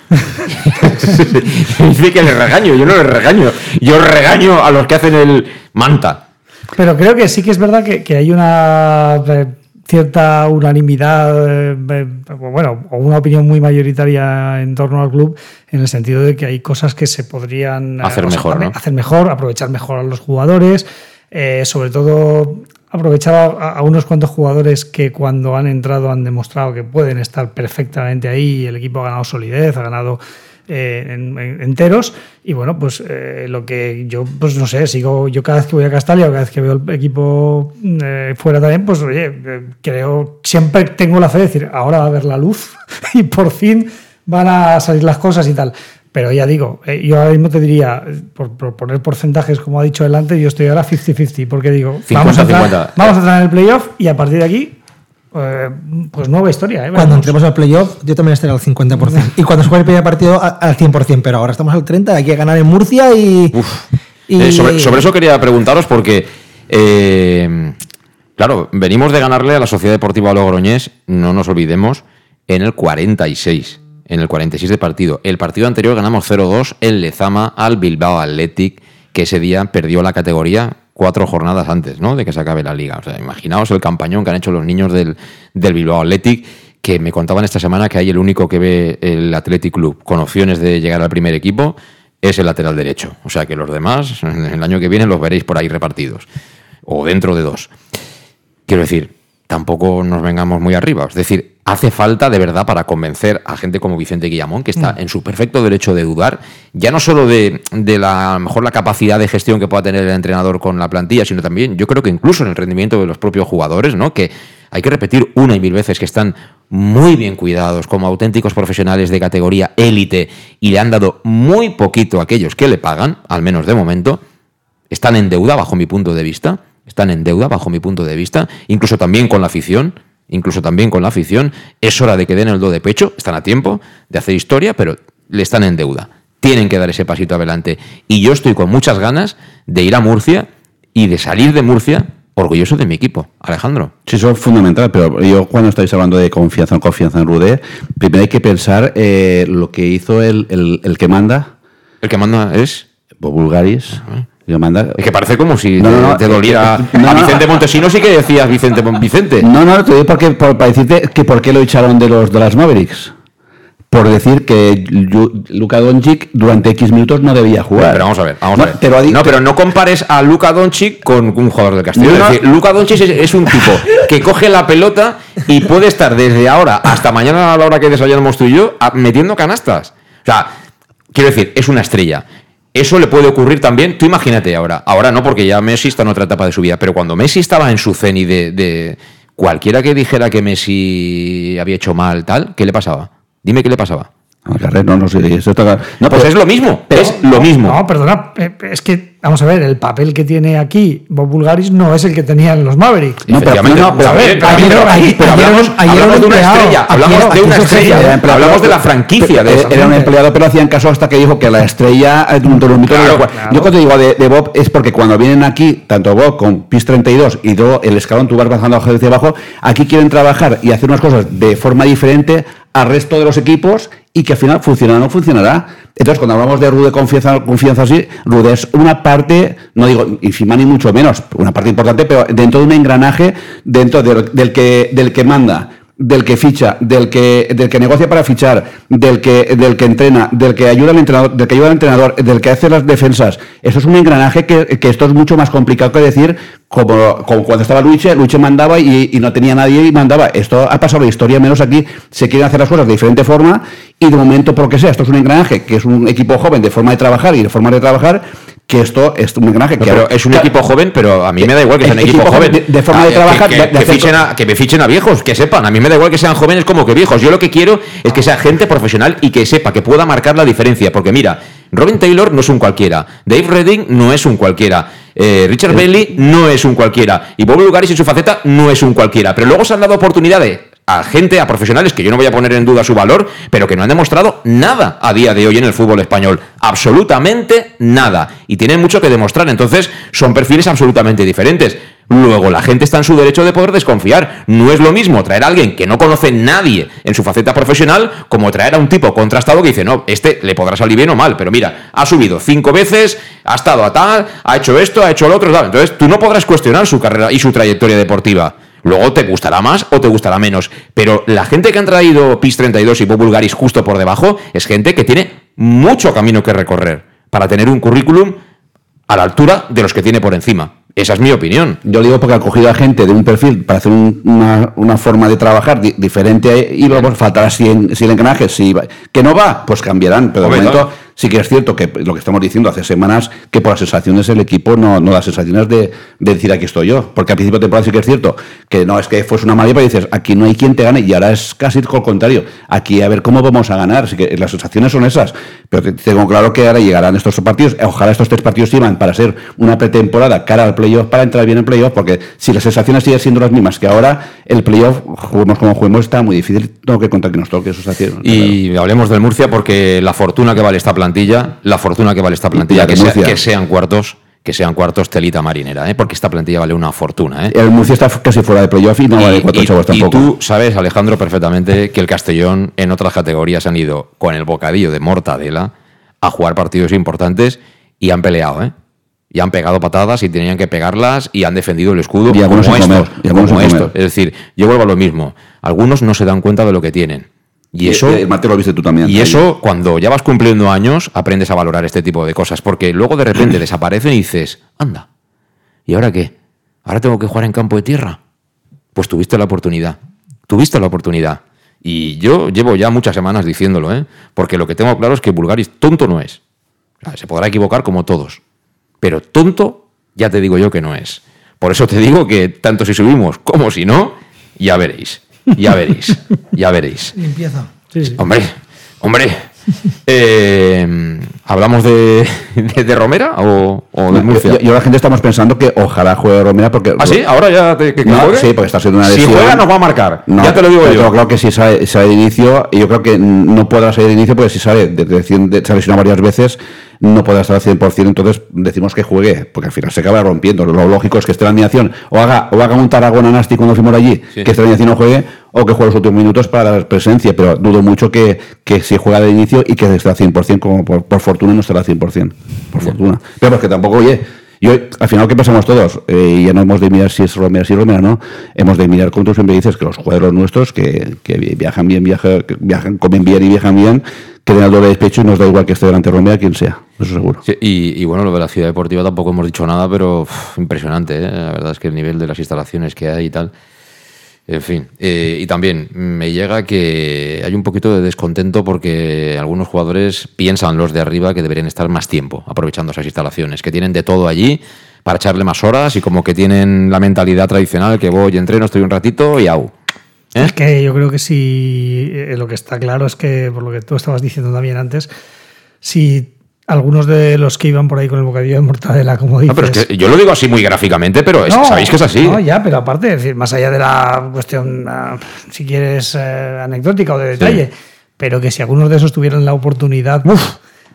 Dice que le regaño, yo no le regaño. Yo regaño a los que hacen el manta. Pero creo que sí que es verdad que, que hay una eh, cierta unanimidad, eh, bueno, o una opinión muy mayoritaria en torno al club, en el sentido de que hay cosas que se podrían hacer, eh, mejor, sea, ¿no? hacer mejor, aprovechar mejor a los jugadores, eh, sobre todo aprovechar a, a unos cuantos jugadores que cuando han entrado han demostrado que pueden estar perfectamente ahí, el equipo ha ganado solidez, ha ganado Eh, en, en, enteros y bueno, pues eh, lo que yo, pues no sé, sigo yo cada vez que voy a Castalia o cada vez que veo el equipo eh, fuera también, pues oye, eh, creo, siempre tengo la fe de decir, ahora va a haber la luz y por fin van a salir las cosas y tal. Pero ya digo, eh, yo ahora mismo te diría, por, por poner porcentajes como ha dicho delante, yo estoy ahora cincuenta cincuenta, porque digo, cincuenta, vamos, a entrar, cincuenta. vamos a entrar en el playoff y a partir de aquí Eh, pues nueva historia, ¿eh? Cuando entremos al playoff, yo también estaré al cincuenta por ciento. Y cuando se juegue el primer partido, al cien por ciento. Pero ahora estamos al treinta por ciento, hay que ganar en Murcia y. Uf. y... Eh, sobre, sobre eso quería preguntaros, porque. Eh, claro, venimos de ganarle a la Sociedad Deportiva Logroñés, no nos olvidemos, en el cuarenta y seis. En el cuarenta y seis de partido. El partido anterior ganamos cero dos en Lezama al Bilbao Athletic, que ese día perdió la categoría cuatro jornadas antes, ¿no?, de que se acabe la liga. O sea, imaginaos el campañón que han hecho los niños del, del Bilbao Athletic, que me contaban esta semana que hay el único que ve el Athletic Club con opciones de llegar al primer equipo es el lateral derecho. O sea que los demás, en el año que viene los veréis por ahí repartidos. O dentro de dos. Quiero decir, tampoco nos vengamos muy arriba. Es decir, hace falta de verdad para convencer a gente como Vicente Guillamón, que está mm. en su perfecto derecho de dudar, ya no solo de, de la, a lo mejor la capacidad de gestión que pueda tener el entrenador con la plantilla, sino también, yo creo que incluso en el rendimiento de los propios jugadores, ¿no?, que hay que repetir una y mil veces que están muy bien cuidados, como auténticos profesionales de categoría élite, y le han dado muy poquito a aquellos que le pagan, al menos de momento. Están en deuda, bajo mi punto de vista, están en deuda, bajo mi punto de vista, incluso también con la afición, incluso también con la afición, es hora de que den el do de pecho, están a tiempo de hacer historia, pero le están en deuda. Tienen que dar ese pasito adelante. Y yo estoy con muchas ganas de ir a Murcia y de salir de Murcia orgulloso de mi equipo, Alejandro. Sí, eso es fundamental, pero yo cuando estáis hablando de confianza o confianza en Rudé, primero hay que pensar eh, lo que hizo el, el, el que manda. ¿El que manda es? Bob Bulgaris. Uh-huh. Manda. Es que parece como si no, te, no, no, te doliera. Eh, no, a Vicente no, Montesino sí que decías Vicente Vicente. No, no, te digo porque, por, para decirte que por qué lo echaron de los de las Mavericks. Por decir que Luka Doncic durante X minutos no debía jugar. Pero vamos a ver, vamos no, a ver. Te lo ha dicho. No, pero no compares a Luka Doncic con un jugador del Castillo. No, es decir, Luka Doncic es, es un tipo que coge la pelota y puede estar desde ahora hasta mañana a la hora que desayunamos tú y yo a, metiendo canastas. O sea, quiero decir, es una estrella. Eso le puede ocurrir también, tú imagínate ahora, ahora no, porque ya Messi está en otra etapa de su vida, pero cuando Messi estaba en su cenit de, de cualquiera que dijera que Messi había hecho mal, tal, ¿qué le pasaba? Dime qué le pasaba. No, no sé, eso está... No, pues es lo mismo, pero, es lo mismo. No, perdona, es que, vamos a ver, el papel que tiene aquí Bob Bulgaris no es el que tenía en los Mavericks. No, pero, no, no, pero a ver, hablamos, hablamos de una estrella, hablamos de una estrella, hablamos de la franquicia. De era un empleado, pero hacían caso hasta que dijo que la estrella... Claro, claro. Yo cuando digo de, de Bob es porque cuando vienen aquí, tanto Bob con P I S treinta y dos y luego el escalón, tú vas bajando hacia abajo, aquí quieren trabajar y hacer unas cosas de forma diferente al resto de los equipos y que al final funcionará o no funcionará. Entonces, cuando hablamos de Rude confianza, confianza así, Rude es una parte, no digo ínfima ni mucho menos, una parte importante, pero dentro de un engranaje, dentro del, del que del que manda, del que ficha, del que del que negocia para fichar, del que del que entrena, del que ayuda al entrenador, del que ayuda al entrenador, del que hace las defensas. Eso es un engranaje que, que esto es mucho más complicado que decir como, como cuando estaba Luche, Luche mandaba y, y no tenía nadie y mandaba. Esto ha pasado la historia, menos aquí se quieren hacer las cosas de diferente forma y de momento, por lo que sea, esto es un engranaje que es un equipo joven de forma de trabajar y de forma de trabajar, que esto es un engranaje. No, que pero es un claro, equipo joven, pero a mí me da igual que sean equipo, equipo joven. De, de forma ah, de trabajar. Que, que, de, de que, fichen a, que me fichen a viejos, que sepan. A mí me da igual que sean jóvenes como que viejos. Yo lo que quiero es que sea gente profesional y que sepa, que pueda marcar la diferencia. Porque mira, Robin Taylor no es un cualquiera. Dave Redding no es un cualquiera. Eh, Richard Bailey no es un cualquiera. Y Bob Bulgaris en su faceta no es un cualquiera. Pero luego se han dado oportunidades a gente, a profesionales, que yo no voy a poner en duda su valor, pero que no han demostrado nada a día de hoy en el fútbol español. Absolutamente nada. Y tienen mucho que demostrar. Entonces, son perfiles absolutamente diferentes. Luego, la gente está en su derecho de poder desconfiar. No es lo mismo traer a alguien que no conoce nadie en su faceta profesional como traer a un tipo contrastado que dice, no, este le podrá salir bien o mal, pero mira, ha subido cinco veces, ha estado a tal, ha hecho esto, ha hecho lo otro, tal. Entonces tú no podrás cuestionar su carrera y su trayectoria deportiva. Luego te gustará más o te gustará menos. Pero la gente que han traído PiS treinta y dos y Pop Bulgaris justo por debajo es gente que tiene mucho camino que recorrer para tener un currículum a la altura de los que tiene por encima. Esa es mi opinión. Yo digo porque ha cogido a gente de un perfil para hacer un, una, una forma de trabajar di, diferente y luego faltará si, en, si el engranaje si va, que no va, pues cambiarán. Pero de momento sí que es cierto que lo que estamos diciendo hace semanas, que por las sensaciones el equipo no, no da sensaciones de, de decir aquí estoy yo. Porque al principio de temporada sí que es cierto que no es que fuese una maravilla, pero dices aquí no hay quien te gane y ahora es casi lo contrario. Aquí a ver cómo vamos a ganar. Así que las sensaciones son esas. Pero tengo claro que ahora llegarán estos partidos. Ojalá estos tres partidos sirvan para ser una pretemporada cara al playoff, para entrar bien en playoff, porque si las sensaciones siguen siendo las mismas que ahora, el playoff, juguemos como juguemos, está muy difícil. Tengo que contar que nos toque eso. Y claro, hablemos del Murcia porque la fortuna que vale esta plantilla, la fortuna que vale esta plantilla, que, sea, que sean cuartos, que sean cuartos telita marinera, ¿eh? Porque esta plantilla vale una fortuna, ¿eh? El Murcia está casi fuera de playoff y no y, vale cuatro chavos tampoco. Y tú sabes, Alejandro, perfectamente que el Castellón en otras categorías han ido con el bocadillo de mortadela a jugar partidos importantes y han peleado, ¿eh? Y han pegado patadas y tenían que pegarlas y han defendido el escudo y como estos. Comer, y como estos. Es decir, yo vuelvo a lo mismo. Algunos no se dan cuenta de lo que tienen. Y, y eso, eh, Mateo, lo viste tú también. Y eso, cuando ya vas cumpliendo años, aprendes a valorar este tipo de cosas. Porque luego de repente desaparecen y dices, anda, ¿y ahora qué? ¿Ahora tengo que jugar en campo de tierra? Pues tuviste la oportunidad. Tuviste la oportunidad. Y yo llevo ya muchas semanas diciéndolo, ¿eh? Porque lo que tengo claro es que Bulgaris tonto no es. O sea, se podrá equivocar como todos. Pero tonto, ya te digo yo que no es. Por eso te digo que tanto si subimos como si no, ya veréis, ya veréis, ya veréis. Limpieza. Sí, sí. Hombre, hombre. Eh, ¿Hablamos de, de, de Romera o, o de Murcia? Y ahora la gente estamos pensando que ojalá juegue Romera porque... ¿Ah, sí? ¿Ahora ya te, que, que no, juegue? Sí, porque está siendo una lesión. Si juega nos va a marcar, no, ya te lo digo yo. Yo creo que si sale, sale de inicio, y yo creo que no podrá salir de inicio porque si sale, de, de, de, se ha lesionado varias veces, no podrá estar al cien por ciento, entonces decimos que juegue, porque al final se acaba rompiendo. Lo lógico es que esté en la alineación, o haga, o haga un Tarragona Nasti cuando fuimos allí, sí, que esté en la alineación no juegue, o que juegue los últimos minutos para la presencia, pero dudo mucho que, que si juega de inicio y que esté al cien por ciento, como por, por fortuna no estará al cien por ciento, por Bien. fortuna. Pero pues que tampoco, oye, yo, al final, ¿qué pensamos todos? Eh, ya no hemos de mirar si es Romera, si es Romera, no. Hemos de mirar, como tú siempre dices, que los jugadores nuestros, que, que viajan bien, viajan, viajan, comen bien y viajan bien, que den el doble despecho y nos da igual que esté delante Romera quien sea, eso seguro. Sí, y, y bueno, lo de la Ciudad Deportiva tampoco hemos dicho nada, pero uf, impresionante, ¿eh? La verdad es que el nivel de las instalaciones que hay y tal... En fin, eh, y también me llega que hay un poquito de descontento porque algunos jugadores piensan, los de arriba, que deberían estar más tiempo aprovechando esas instalaciones, que tienen de todo allí para echarle más horas y como que tienen la mentalidad tradicional que voy, entreno, estoy un ratito y au. ¿Eh? Es que yo creo que sí, lo que está claro es que, por lo que tú estabas diciendo también antes, si... algunos de los que iban por ahí con el bocadillo de mortadela, como dices. No, pero es que yo lo digo así muy gráficamente, pero es, no, sabéis que es así. No, ya, pero aparte, es decir, más allá de la cuestión, uh, si quieres, uh, anecdótica o de detalle, sí. Pero que si algunos de esos tuvieran la oportunidad, uf,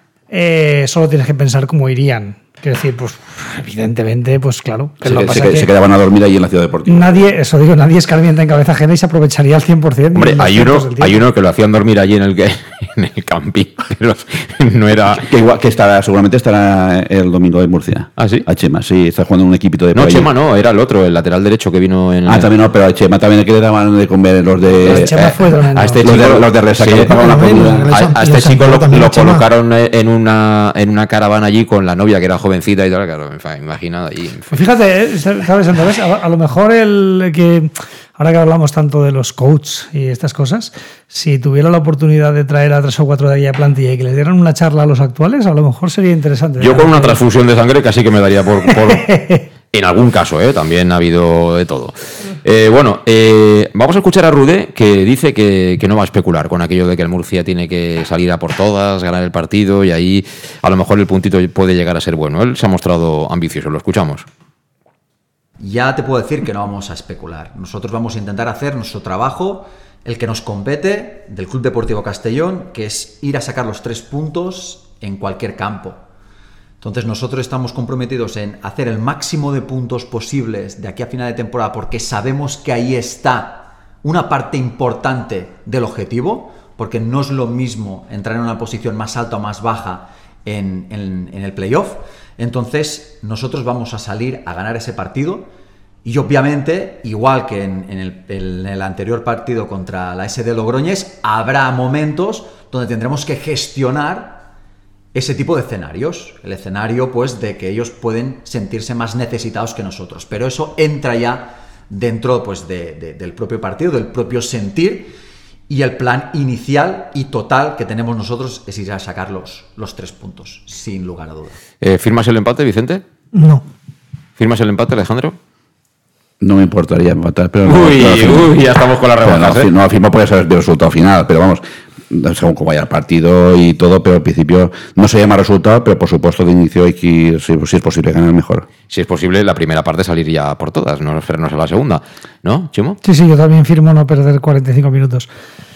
eh, solo tienes que pensar cómo irían. Quiero decir, pues evidentemente, pues claro. Que se, lo se, pasa se, que se quedaban a dormir allí en la Ciudad Deportiva. Nadie, eso digo, nadie escarmienta en cabeza ajena y se aprovecharía al cien por ciento. Hombre, hay uno, hay uno que lo hacían dormir allí en el, en el camping, pero no era... Que igual que estará, seguramente estará el domingo de Murcia. ¿Ah, sí? A Chema, sí, está jugando un equipito de... No, Chema no, era el otro, el lateral derecho que vino en... Ah, también no, pero a Chema también que le daban de comer los de... A Chema fue tremendo. A este los chico, de, los de Resa, sí, que le pagaban la comida. A, a este chico lo, lo colocaron en una, en una caravana allí con la novia, que era jovencita y tal, claro, imagina ahí. Pues fíjate, ¿sabes, Andrés? A, a lo mejor el que... Ahora que hablamos tanto de los coaches y estas cosas, si tuviera la oportunidad de traer a tres o cuatro de aquella plantilla y que les dieran una charla a los actuales, a lo mejor sería interesante. Yo con una transfusión de sangre casi que me daría por... por en algún caso, ¿eh? También ha habido de todo. Eh, bueno, eh, vamos a escuchar a Rudé, que dice que, que no va a especular con aquello de que el Murcia tiene que salir a por todas, ganar el partido y ahí a lo mejor el puntito puede llegar a ser bueno. Él se ha mostrado ambicioso, lo escuchamos. Ya te puedo decir que no vamos a especular. Nosotros vamos a intentar hacer nuestro trabajo, el que nos compete del Club Deportivo Castellón, que es ir a sacar los tres puntos en cualquier campo. Entonces nosotros estamos comprometidos en hacer el máximo de puntos posibles de aquí a final de temporada, porque sabemos que ahí está una parte importante del objetivo, porque no es lo mismo entrar en una posición más alta o más baja en, en, en el playoff. Entonces nosotros vamos a salir a ganar ese partido y obviamente, igual que en, en, el, en el anterior partido contra la S D Logroñés, habrá momentos donde tendremos que gestionar ese tipo de escenarios, el escenario pues de que ellos pueden sentirse más necesitados que nosotros, pero eso entra ya dentro pues de, de, del propio partido, del propio sentir, y el plan inicial y total que tenemos nosotros es ir a sacar los, los tres puntos, sin lugar a duda. Eh, ¿Firmas el empate, Vicente? No. ¿Firmas el empate, Alejandro? No me importaría empatar, pero no. Uy, no, uy, ya estamos con la rebajas, no, ¿eh? No, afirmo puede ser el resultado final, pero vamos, según cómo vaya el partido y todo, pero al principio no se llama resultado, pero por supuesto de inicio hay que ir, si, si es posible, ganar mejor. Si es posible, la primera parte salir ya por todas, no esperarnos a la segunda, ¿no, Chimo? Sí, sí, yo también firmo no perder cuarenta y cinco minutos.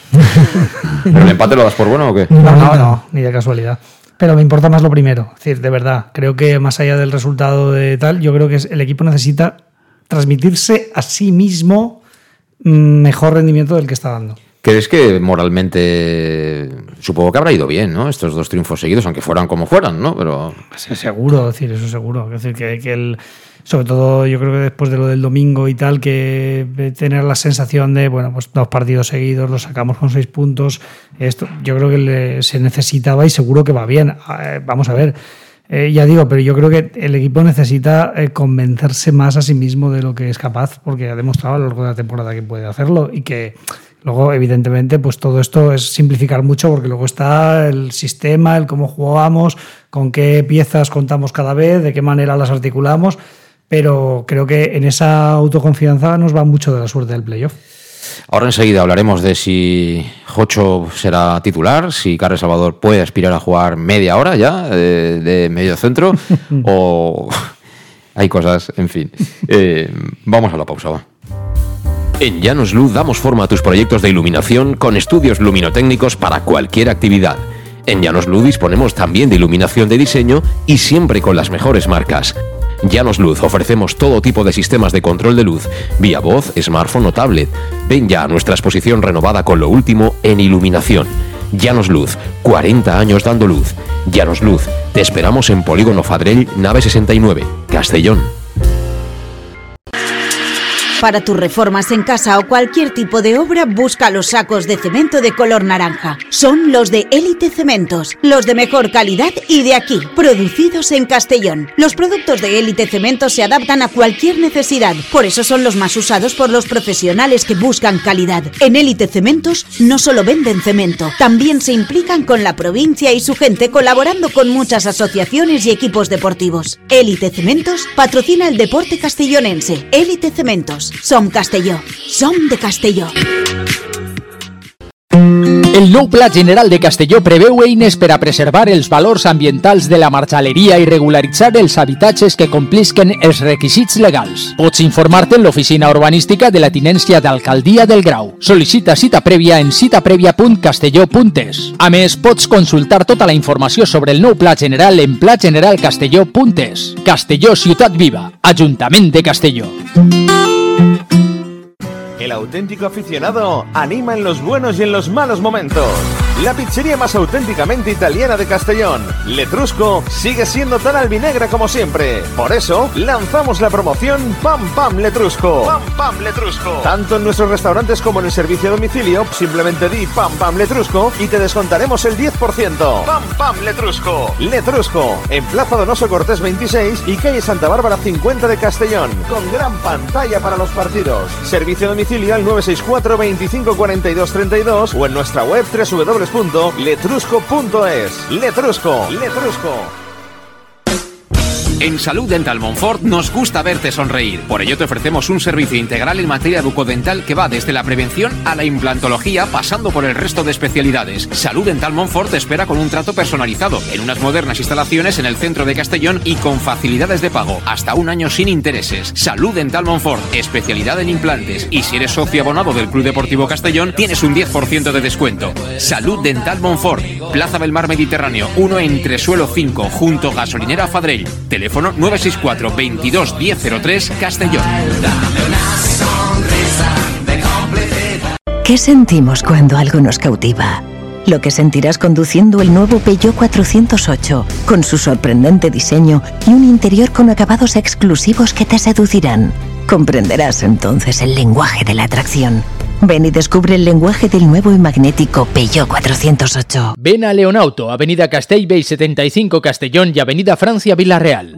¿Pero el empate lo das por bueno o qué? No, no, no, ni de casualidad. Pero me importa más lo primero, es decir, de verdad, creo que más allá del resultado de tal, yo creo que el equipo necesita transmitirse a sí mismo mejor rendimiento del que está dando. ¿Crees que moralmente, supongo que habrá ido bien, ¿no? Estos dos triunfos seguidos, aunque fueran como fueran, ¿no? Pero sí, seguro, es decir, eso seguro. Es decir, que, que el, sobre todo yo creo que después de lo del domingo y tal, que tener la sensación de, bueno, pues dos partidos seguidos, los sacamos con seis puntos, esto yo creo que le, se necesitaba y seguro que va bien. Eh, vamos a ver. Eh, ya digo, pero yo creo que el equipo necesita eh, convencerse más a sí mismo de lo que es capaz, porque ha demostrado a lo largo de la temporada que puede hacerlo y que luego, evidentemente, pues todo esto es simplificar mucho, porque luego está el sistema, el cómo jugamos, con qué piezas contamos cada vez, de qué manera las articulamos, pero creo que en esa autoconfianza nos va mucho de la suerte del playoff. Ahora enseguida hablaremos de si Jocho será titular, si Carles Salvador puede aspirar a jugar media hora ya de, de medio centro o hay cosas, en fin. Eh, vamos a la pausa, va. En Llanos Luz damos forma a tus proyectos de iluminación con estudios luminotécnicos para cualquier actividad. En Llanos Luz disponemos también de iluminación de diseño y siempre con las mejores marcas. Llanos Luz ofrecemos todo tipo de sistemas de control de luz, vía voz, smartphone o tablet. Ven ya a nuestra exposición renovada con lo último en iluminación. Llanos Luz, cuarenta años dando luz. Llanos Luz, te esperamos en Polígono Fadrell, nave sesenta y nueve, Castellón. Para tus reformas en casa o cualquier tipo de obra, busca los sacos de cemento de color naranja. Son los de Élite Cementos, los de mejor calidad y de aquí, producidos en Castellón. Los productos de Élite Cementos se adaptan a cualquier necesidad, por eso son los más usados por los profesionales que buscan calidad. En Élite Cementos no solo venden cemento, también se implican con la provincia y su gente, colaborando con muchas asociaciones y equipos deportivos. Élite Cementos patrocina el deporte castellonense. Élite Cementos. Som Castelló. Som de Castelló. El nou Pla General de Castelló preveu eines per a preservar els valors ambientals de la marxaleria i regularitzar els habitatges que complisquen els requisits legals. Pots informar-te en l'oficina urbanística de la tinència d'Alcaldia del Grau. Sol·licita cita prèvia en cita prèvia punt castelló punt es. A més, pots consultar tota la informació sobre el nou Pla General en pla general castelló punt es. Castelló, ciutat viva. Ajuntament de Castelló. El auténtico aficionado anima en los buenos y en los malos momentos. La pizzería más auténticamente italiana de Castellón, Letrusco, sigue siendo tan albinegra como siempre. Por eso, lanzamos la promoción Pam Pam Letrusco. Pam Pam Letrusco. Tanto en nuestros restaurantes como en el servicio a domicilio, simplemente di Pam Pam Letrusco y te descontaremos el diez por ciento. Pam Pam Letrusco. Letrusco, en Plaza Donoso Cortés veintiséis y calle Santa Bárbara cincuenta de Castellón, con gran pantalla para los partidos. Servicio a domicilio al nueve seis cuatro, veinticinco cuarenta y dos treinta y dos o en nuestra web doble u doble u doble u punto letrusco punto es. Letrusco, Letrusco. En Salud Dental Montfort nos gusta verte sonreír. Por ello te ofrecemos un servicio integral en materia bucodental que va desde la prevención a la implantología, pasando por el resto de especialidades. Salud Dental Montfort te espera con un trato personalizado, en unas modernas instalaciones en el centro de Castellón y con facilidades de pago, hasta un año sin intereses. Salud Dental Montfort, especialidad en implantes. Y si eres socio abonado del Club Deportivo Castellón, tienes un diez por ciento de descuento. Salud Dental Montfort, Plaza del Mar Mediterráneo, uno Entresuelo cinco, junto Gasolinera Fadrell. Teléfono nueve seis cuatro, veintidós, diez cero tres, Castellón. ¿Qué sentimos cuando algo nos cautiva? Lo que sentirás conduciendo el nuevo Peugeot cuatrocientos ocho, con su sorprendente diseño y un interior con acabados exclusivos que te seducirán. Comprenderás entonces el lenguaje de la atracción. Ven y descubre el lenguaje del nuevo y magnético Peugeot cuatrocientos ocho. Ven a Leonauto, Avenida Castellbey setenta y cinco Castellón y Avenida Francia Villarreal.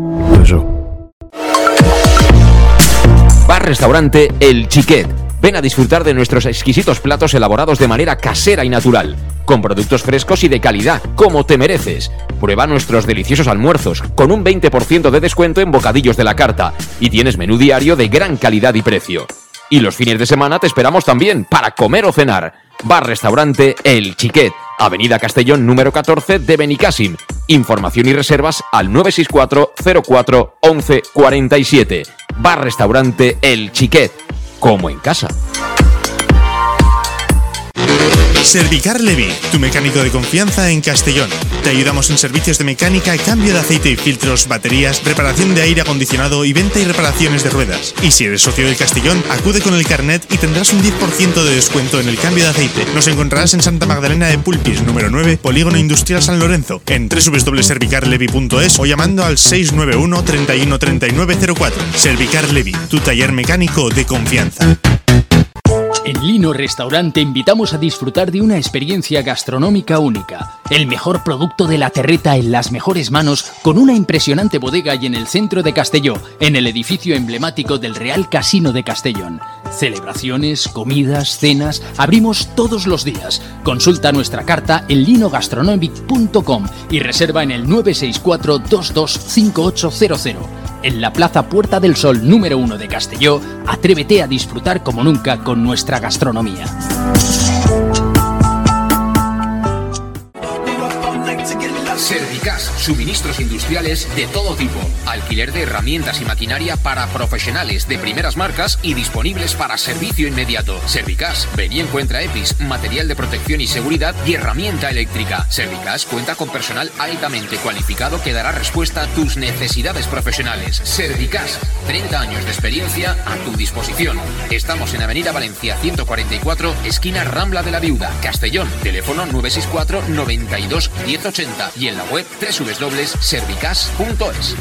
Bar-restaurante El Chiquet. Ven a disfrutar de nuestros exquisitos platos elaborados de manera casera y natural, con productos frescos y de calidad, como te mereces. Prueba nuestros deliciosos almuerzos, con un veinte por ciento de descuento en bocadillos de la carta, y tienes menú diario de gran calidad y precio. Y los fines de semana te esperamos también para comer o cenar. Bar-restaurante El Chiquet, Avenida Castellón número catorce de Benicàssim. Información y reservas al nueve seis cuatro, cero cuatro, once, cuarenta y siete. Bar-restaurante El Chiquet, como en casa. Servicar Levi, tu mecánico de confianza en Castellón. Te ayudamos en servicios de mecánica, cambio de aceite y filtros, baterías, reparación de aire acondicionado y venta y reparaciones de ruedas. Y si eres socio del Castellón, acude con el carnet y tendrás un diez por ciento de descuento en el cambio de aceite. Nos encontrarás en Santa Magdalena de Pulpis, número nueve, Polígono Industrial San Lorenzo, en doble u doble u doble u punto servicar levi punto es o llamando al seis nueve uno, treinta y uno, treinta y nueve cero cuatro. Servicar Levi, tu taller mecánico de confianza. En Lino Restaurant te invitamos a disfrutar de una experiencia gastronómica única. El mejor producto de la terreta en las mejores manos, con una impresionante bodega y en el centro de Castelló, en el edificio emblemático del Real Casino de Castellón. Celebraciones, comidas, cenas, abrimos todos los días. Consulta nuestra carta en lino gastronomic punto com y reserva en el nueve seis cuatro, dos dos cinco ocho cero cero. En la Plaza Puerta del Sol número uno de Castelló, atrévete a disfrutar como nunca con nuestra gastronomía. Servicas, suministros industriales de todo tipo, alquiler de herramientas y maquinaria para profesionales de primeras marcas y disponibles para servicio inmediato. Servicas, ven y encuentra E P I S, material de protección y seguridad y herramienta eléctrica. Servicas cuenta con personal altamente cualificado que dará respuesta a tus necesidades profesionales. Servicas, treinta años de experiencia a tu disposición. Estamos en Avenida Valencia ciento cuarenta y cuatro, esquina Rambla de la Viuda, Castellón. Teléfono nueve seis cuatro, noventa y dos, diez ochenta y en la web doble u doble u doble u punto servicas punto es.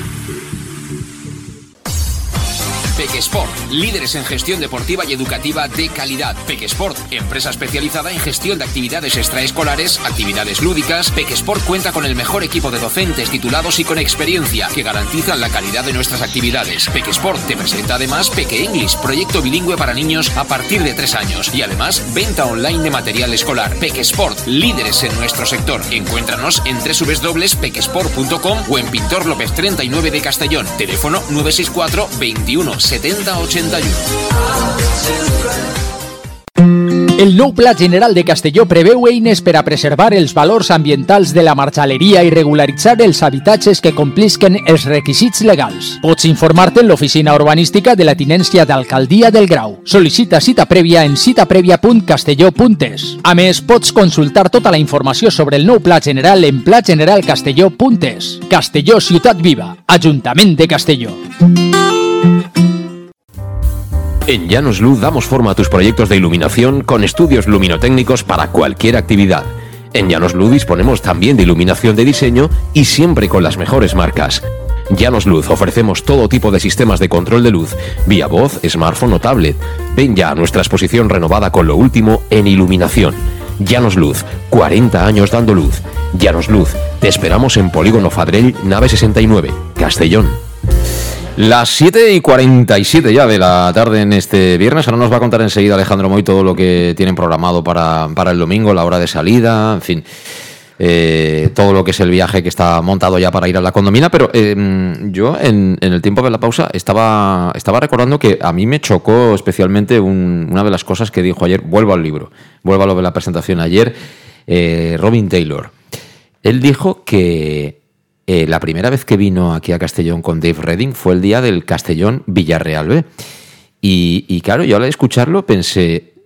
Pequesport, líderes en gestión deportiva y educativa de calidad. Pequesport, empresa especializada en gestión de actividades extraescolares, actividades lúdicas. Pequesport cuenta con el mejor equipo de docentes titulados y con experiencia que garantizan la calidad de nuestras actividades. Pequesport te presenta además Peque English, proyecto bilingüe para niños a partir de tres años y además venta online de material escolar. Pequesport, líderes en nuestro sector. Encuéntranos en doble u doble u doble u punto pequesport punto com o en Pintor López treinta y nueve de Castellón. Teléfono nueve seis cuatro, veintiuno, setenta, ochenta y uno. El nou Pla General de Castelló preveu eines per a preservar els valors ambientals de la marxaleria i regularitzar els habitatges que complisquen els requisits legals. Pots informar-te en l'oficina urbanística de la tinència d'Alcaldia del Grau. Sol·licita cita prèvia en cita prèvia punt castelló punt es. A més, pots consultar tota la informació sobre el nou Pla General en pla general castelló punt es. Castelló, ciutat viva. Ajuntament de Castelló. En Llanos Luz damos forma a tus proyectos de iluminación con estudios luminotécnicos para cualquier actividad. En Llanos Luz disponemos también de iluminación de diseño y siempre con las mejores marcas. Llanos Luz ofrecemos todo tipo de sistemas de control de luz, vía voz, smartphone o tablet. Ven ya a nuestra exposición renovada con lo último en iluminación. Llanos Luz, cuarenta años dando luz. Llanos Luz, te esperamos en Polígono Fadrell, nave sesenta y nueve, Castellón. Las siete y cuarenta y siete ya de la tarde en este viernes. Ahora nos va a contar enseguida Alejandro Moy todo lo que tienen programado para, para el domingo, la hora de salida, en fin, eh, todo lo que es el viaje que está montado ya para ir a la condomina. Pero eh, yo en, en el tiempo de la pausa estaba, estaba recordando que a mí me chocó especialmente un, una de las cosas que dijo ayer. Vuelvo al libro, vuelvo a lo de la presentación ayer, eh, Robin Taylor. Él dijo que Eh, la primera vez que vino aquí a Castellón con Dave Redding fue el día del Castellón Villarreal B. Y, y claro, yo al escucharlo pensé,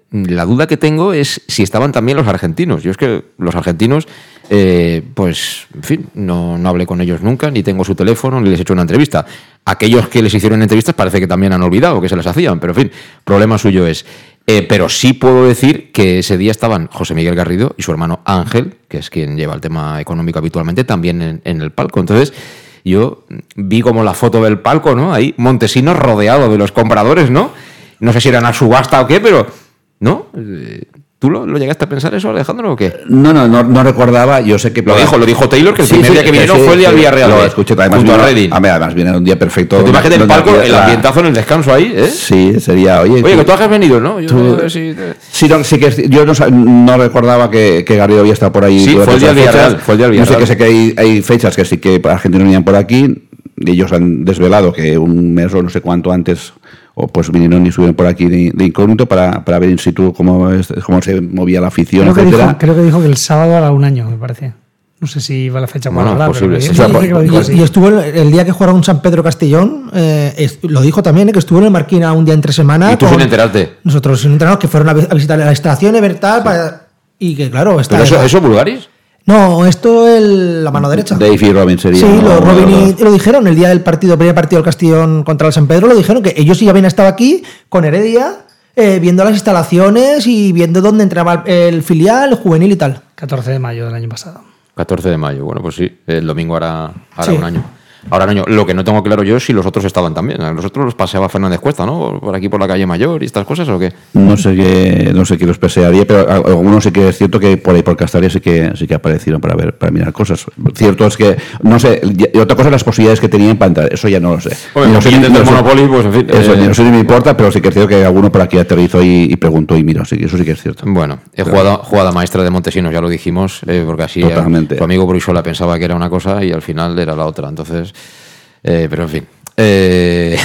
la duda que tengo es si estaban también los argentinos. Yo es que los argentinos, eh, pues, en fin, no, no hablé con ellos nunca, ni tengo su teléfono, ni les he hecho una entrevista. Aquellos que les hicieron entrevistas parece que también han olvidado que se las hacían, pero en fin, problema suyo es. Eh, pero sí puedo decir que ese día estaban José Miguel Garrido y su hermano Ángel, que es quien lleva el tema económico habitualmente, también en, en el palco. Entonces, yo vi como la foto del palco, ¿no? Ahí, Montesinos rodeado de los compradores, ¿no? No sé si era una subasta o qué, pero, ¿no? Eh, ¿Tú lo, lo llegaste a pensar eso, Alejandro, o qué? No, no, no, no recordaba. Yo sé que... Lo dijo, lo dijo Taylor, que el sí, primer sí, día que vinieron sí, fue el día sí, del Villarreal. Lo ¿eh? escuché, además junto vino, a Reading. Además viene un día perfecto. ¿Te imaginas el palco, el la... ambientazo en el descanso ahí, eh? Sí, sería... Oye, oye tú, que tú has venido, ¿no? Yo tú, no sé si te... sí, no, sí que yo no, no recordaba que, que Garrido había estado por ahí. Sí, fue el día del Villarreal. Fue el día del Villarreal. No sé, que sé que hay, hay fechas que sí que argentinos venían por aquí. Ellos han desvelado que un mes o no sé cuánto antes... o pues vinieron y subieron por aquí de, de incógnito para, para ver in situ cómo, es, cómo se movía la afición, creo que, etcétera. dijo, creo que dijo que el sábado era un año, me parece. No sé si iba la fecha bueno, cuadrada, posible, sí. pero Sí, que lo dijo y, así. y estuvo el, el día que jugaron San Pedro Castellón, eh, es, lo dijo también, eh, que estuvo en el Marquina un día entre semana. Y tú sin enterarte. Nosotros sin enterarnos, que fueron a, a visitar la estación Evertal, sí. para, y que claro... Está ¿Pero eso, eso Bulgaris? No, esto es la mano derecha. Dave y Robin sería. Sí, ¿no? lo, Robin y, lo dijeron el día del partido, primer partido del Castellón contra el San Pedro, lo dijeron que ellos ya habían estado aquí con Heredia, eh, viendo las instalaciones y viendo dónde entraba el, el filial, el juvenil y tal. catorce de mayo del año pasado. catorce de mayo, bueno, pues sí, el domingo hará, hará Sí. un año. Ahora un año. Lo que no tengo claro yo es si los otros estaban también. Los otros los paseaba Fernández Cuesta, ¿no? Por aquí por la calle Mayor y estas cosas, ¿o qué? No sé qué, no sé qué los pasearía, pero algunos sí que es cierto que por ahí por Castalia sí que sí que aparecieron para ver, para mirar cosas. Cierto es que, no sé, y otra cosa las posibilidades que tenían para entrar, eso ya no lo sé. Bueno, no los sé, clientes no del sé- Monopoly, pues en fin. Eso, eh, no sé ni me importa, pero sí que es cierto que alguno por aquí aterrizó y, y preguntó y miró, sí, eso sí que es cierto. Bueno, he jugado jugada maestra de Montesinos, ya lo dijimos, eh, porque así eh, Totalmente. tu amigo Bruisola pensaba que era una cosa y al final era la otra. Entonces, eh, pero en fin. Eh...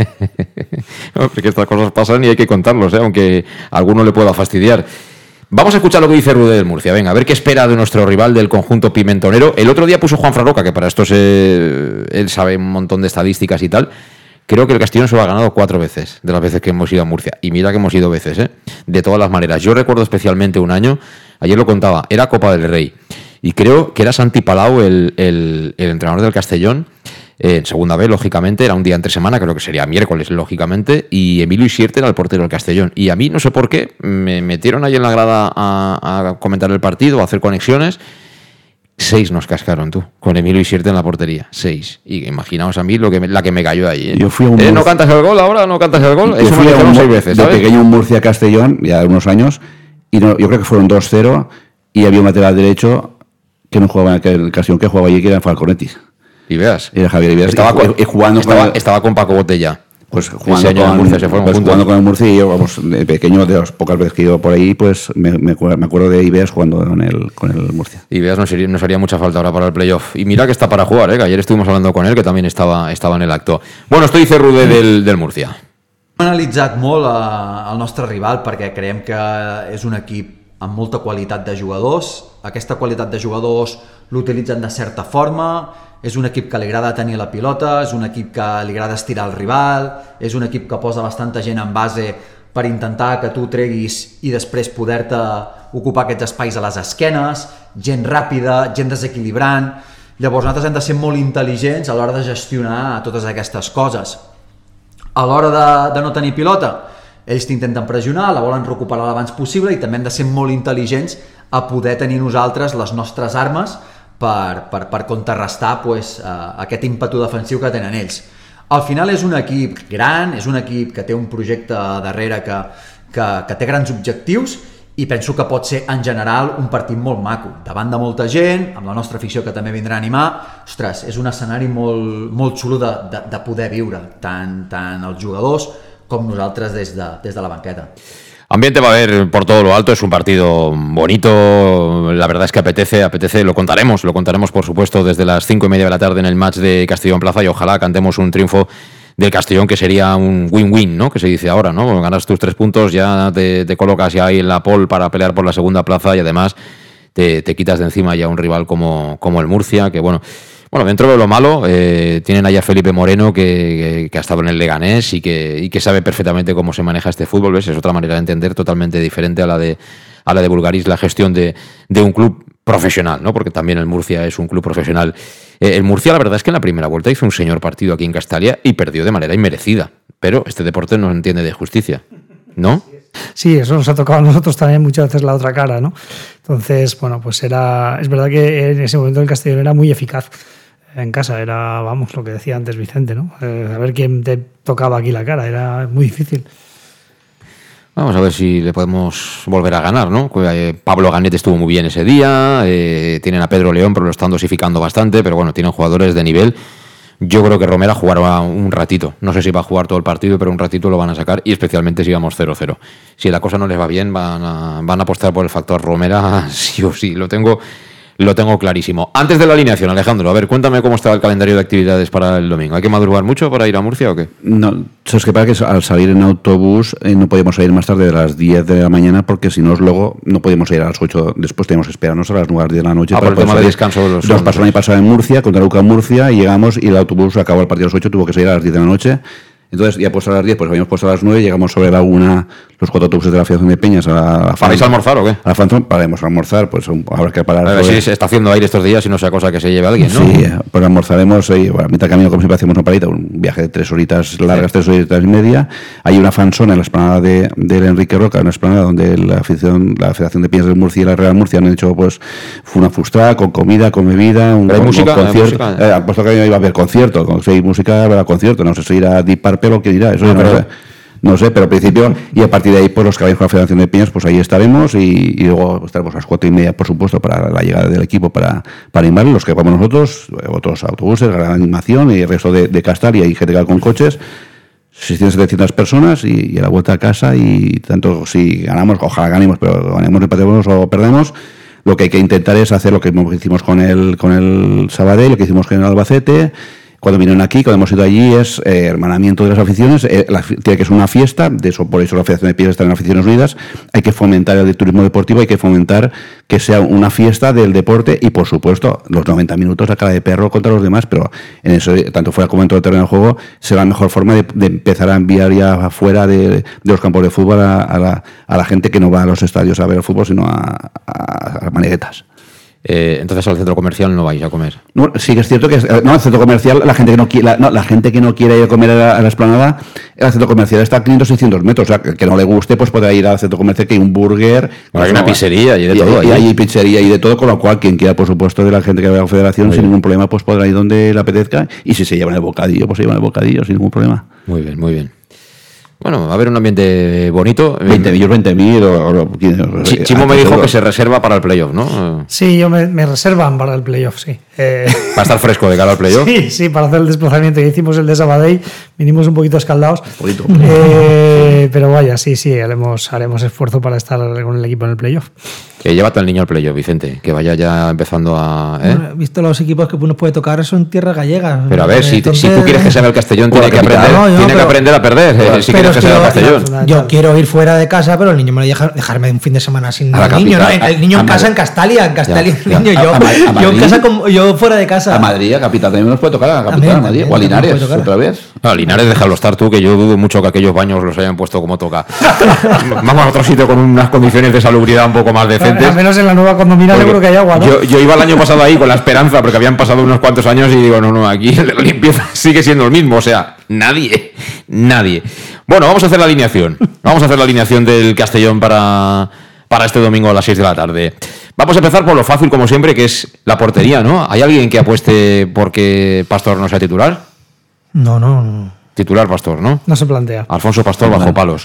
porque estas cosas pasan y hay que contarlos, ¿eh? Aunque a alguno le pueda fastidiar. Vamos a escuchar lo que dice Rudé del Murcia. Venga, a ver qué espera de nuestro rival del conjunto pimentonero. El otro día puso Juan Fraroca, que para esto se... él sabe un montón de estadísticas y tal. Creo que el Castellón se lo ha ganado cuatro veces, de las veces que hemos ido a Murcia. Y mira que hemos ido veces, ¿eh? De todas las maneras. Yo recuerdo especialmente un año, ayer lo contaba, era Copa del Rey. Y creo que era Santi Palau el, el, el entrenador del Castellón. Eh, en segunda vez, lógicamente, era un día entre semana, creo que sería miércoles, lógicamente, y Emilio Isierte era el portero del Castellón. Y a mí, no sé por qué, me metieron ahí en la grada a, a comentar el partido, a hacer conexiones. Seis nos cascaron, tú, con Emilio Isierte en la portería. Seis. Y imaginaos a mí lo que me- la que me cayó ahí. ¿eh? Yo fui a un Eh, ¿No Murcia- cantas el gol ahora? ¿No cantas el gol? Yo Eso me fui lo a dijeron un- seis veces, de ¿sabes? pequeño un Murcia Castellón, ya unos años, y no, yo creo que fueron dos cero, y había un lateral derecho que no jugaba, que el Castellón que jugaba allí, que era Falconetti. Y veas. Era Javier Ibeas. Estaba, y, con, y jugando estaba, con el- estaba con Paco Botella. Pues Ese jugando año en con, Murcia se fueron pues juntos. jugando con el Murcia, y yo, vamos, de pequeño, de las pocas veces que he ido por ahí, pues me, me, acuerdo- me acuerdo de Ibeas jugando con el, con el Murcia. Y veas, nos haría, nos haría mucha falta ahora para el playoff. Y mira que está para jugar, ¿eh? Que ayer estuvimos hablando con él, que también estaba, estaba en el acto. Bueno, esto dice Rudé del, del Murcia. Hem analitzat molt eh, el nostre rival perquè creiem que és un equip amb molta qualitat de jugadors. Aquesta qualitat de jugadors l'utilitzen de certa forma. És un equip que li agrada tenir la pilota, és un equip que li agrada estirar el rival, és un equip que posa bastanta gent en base per intentar que tu treguis i després poder-te ocupar aquests espais a les esquenes, gent ràpida, gent desequilibrant. Llavors nosaltres hem de ser molt intel·ligents a l'hora de gestionar totes aquestes coses. A l'hora de, de no tenir pilota, ells t'intenten pressionar, la volen recuperar l'abans possible i també hem de ser molt intel·ligents a poder tenir nosaltres les nostres armes per, per, per contrarrestar pues, uh, aquest ímpetu defensiu que tenen ells. Al final és un equip gran, és un equip que té un projecte darrere que, que, que té grans objectius i penso que pot ser en general un partit molt maco, davant de molta gent, amb la nostra afició que també vindrà a animar. Ostres, és un escenari molt, molt xulo de, de, de poder viure, tant, tant els jugadors com nosaltres des de, des de la banqueta. Ambiente va a haber por todo lo alto, es un partido bonito, la verdad es que apetece, apetece, lo contaremos, lo contaremos por supuesto desde las cinco y media de la tarde en el match de Castellón Plaza y ojalá cantemos un triunfo del Castellón que sería un win-win, ¿no? Que se dice ahora, ¿no? Ganas tus tres puntos, ya te, te colocas ya ahí en la pole para pelear por la segunda plaza y además te, te quitas de encima ya un rival como, como el Murcia, que bueno, Bueno, dentro de lo malo, eh, tienen ahí a Felipe Moreno, que, que, que ha estado en el Leganés y que, y que sabe perfectamente cómo se maneja este fútbol. ¿Ves? Es otra manera de entender totalmente diferente a la de, a la de Bulgaris, la gestión de, de un club profesional, ¿no? Porque también el Murcia es un club profesional. Eh, el Murcia, la verdad es que en la primera vuelta hizo un señor partido aquí en Castalia y perdió de manera inmerecida. Pero este deporte no entiende de justicia, ¿no? Sí, eso nos ha tocado a nosotros también muchas veces la otra cara, ¿no? Entonces, bueno, pues era, es verdad que en ese momento el Castellón era muy eficaz en casa, era, vamos, lo que decía antes Vicente, ¿no? Eh, a ver quién te tocaba aquí la cara, era muy difícil. Vamos a ver si le podemos volver a ganar, ¿no? Pablo Ganet estuvo muy bien ese día, eh, tienen a Pedro León, pero lo están dosificando bastante, pero bueno, tienen jugadores de nivel. Yo creo que Romera jugará un ratito, no sé si va a jugar todo el partido, pero un ratito lo van a sacar, y especialmente si vamos cero cero. Si la cosa no les va bien, van a, van a apostar por el factor Romera, sí o sí, lo tengo... Lo tengo clarísimo. Antes de la alineación, Alejandro, a ver, cuéntame cómo está el calendario de actividades para el domingo. ¿Hay que madrugar mucho para ir a Murcia o qué? No, sabes que para que al salir en autobús eh, no podíamos salir más tarde de las diez de la mañana porque si no luego no podíamos ir a las ocho, después teníamos que esperarnos a las nueve de la noche. Ah, para por el tema de descanso de los Nos pasó y pasado en Murcia, contra Luca en Murcia, y llegamos y el autobús acabó el partido a las ocho, tuvo que salir a las diez de la noche. Entonces, ya puesto a las diez, pues habíamos puesto a las nueve, llegamos sobre la una, los cuatro autobuses de la Federación de Peñas a la... a ¿Paráis a almorzar o qué? A la Fanzón, pararemos a almorzar, pues habrá que parar. A ver si se está haciendo aire estos días y no sea cosa que se lleve a alguien, ¿no? Sí, pues almorzaremos, y bueno, a mitad de camino, como siempre hacemos una parita, un viaje de tres horitas largas, sí. tres horitas y media. Hay una fanzona en la explanada de, del Enrique Roca, una explanada donde la afición, la Federación de Peñas del Murcia y la Real Murcia han hecho, pues, fue una frustrada con comida, con bebida, un ¿Hay con, música? con concierto. ¿Hay música? Eh, puesto que iba a haber concierto, con si hay música, habrá concierto, no sé si irá a Deep Purple o qué dirá, eso no, no sé. No sé, pero al principio, y a partir de ahí, pues los que vais con la Federación de Peñas, pues ahí estaremos y, y luego estaremos a las cuatro y media, por supuesto, para la llegada del equipo, para, para animar los que vamos nosotros, otros autobuses, gran animación y el resto de, de Castalia y gente que va con coches, seiscientas, setecientas personas y, y a la vuelta a casa y tanto si ganamos, ojalá ganemos, pero ganemos, empatemos o perdemos. Lo que hay que intentar es hacer lo que hicimos con el, con el Sabadell, lo que hicimos con el Albacete. Cuando vinieron aquí, cuando hemos ido allí, es eh, hermanamiento de las aficiones, eh, la, tiene que ser una fiesta, de eso por eso la Federación de Peñas está en Aficiones Unidas, hay que fomentar el turismo deportivo, hay que fomentar que sea una fiesta del deporte y, por supuesto, los noventa minutos a cara de perro contra los demás, pero en eso, tanto fuera como dentro del terreno de juego, será la mejor forma de, de empezar a enviar ya afuera de, de los campos de fútbol a, a, la, a la gente que no va a los estadios a ver el fútbol, sino a, a, a maniguetas. Eh, entonces al centro comercial no vais a comer. No, sí que es cierto que es, no, el centro comercial, la gente que no quiere, la, no, la gente que no quiere ir a comer a la, a la explanada, el centro comercial está a quinientos, seiscientos metros, o sea, que, que no le guste, pues podrá ir al centro comercial, que hay un burger, bueno, hay una pizzería y de y, todo. Y hay pizzería y de todo, con lo cual quien quiera, por supuesto, de la gente que va a la Federación, muy sin bien. Ningún problema, pues podrá ir donde le apetezca, y si se llevan el bocadillo, pues se llevan el bocadillo sin ningún problema. Muy bien, muy bien. Bueno, va a haber un ambiente bonito. veinte mil, veinte mil. Ch- Chimo me dijo que se reserva para el playoff, ¿no? Sí, yo me, me reservan para el playoff, sí. Eh... ¿Va a estar fresco de cara al playoff? Sí, sí, para hacer el desplazamiento. Hicimos el de Sabadell, vinimos un poquito escaldados. Un poquito. Eh, pero vaya, sí, sí, haremos, haremos esfuerzo para estar con el equipo en el playoff. Que llévate al niño al playoff, Vicente, que vaya ya empezando a... ¿eh? Bueno, visto los equipos que nos puede tocar son tierras gallegas. Pero a ver, si, Entonces, si tú quieres que sea el Castellón, tiene, que aprender, no, yo, tiene pero, que aprender a perder. Pero, eh, si quieres que sea el Castellón. Yo, yo quiero ir fuera de casa, pero el niño me lo deja dejarme un fin de semana sin a el niño, capital, ¿no? El, el niño a, en a casa, Madrid. en Castalia, en Castalia, Ya, el niño, ya. yo, A, a, a yo en casa, como, yo fuera de casa. A Madrid, a Capital también nos puede tocar, a la capital, a Madrid, o a Linares, otra vez. No, Linares, déjalo estar tú, que yo dudo mucho que aquellos baños los hayan puesto como toca. Vamos a otro sitio con unas condiciones de salubridad un poco más decentes. Al menos en la nueva condomina seguro que hay agua, ¿no? Yo, yo iba el año pasado ahí con la esperanza, porque habían pasado unos cuantos años y digo, no, no, aquí el de la limpieza sigue siendo el mismo, o sea, nadie, nadie. Bueno, vamos a hacer la alineación. Vamos a hacer la alineación del Castellón para, para este domingo a las seis de la tarde. Vamos a empezar por lo fácil, como siempre, que es la portería, ¿no? ¿Hay alguien que apueste porque Pastor no sea titular? No, no, no. Titular Pastor, ¿no? No se plantea. Alfonso Pastor bajo palos.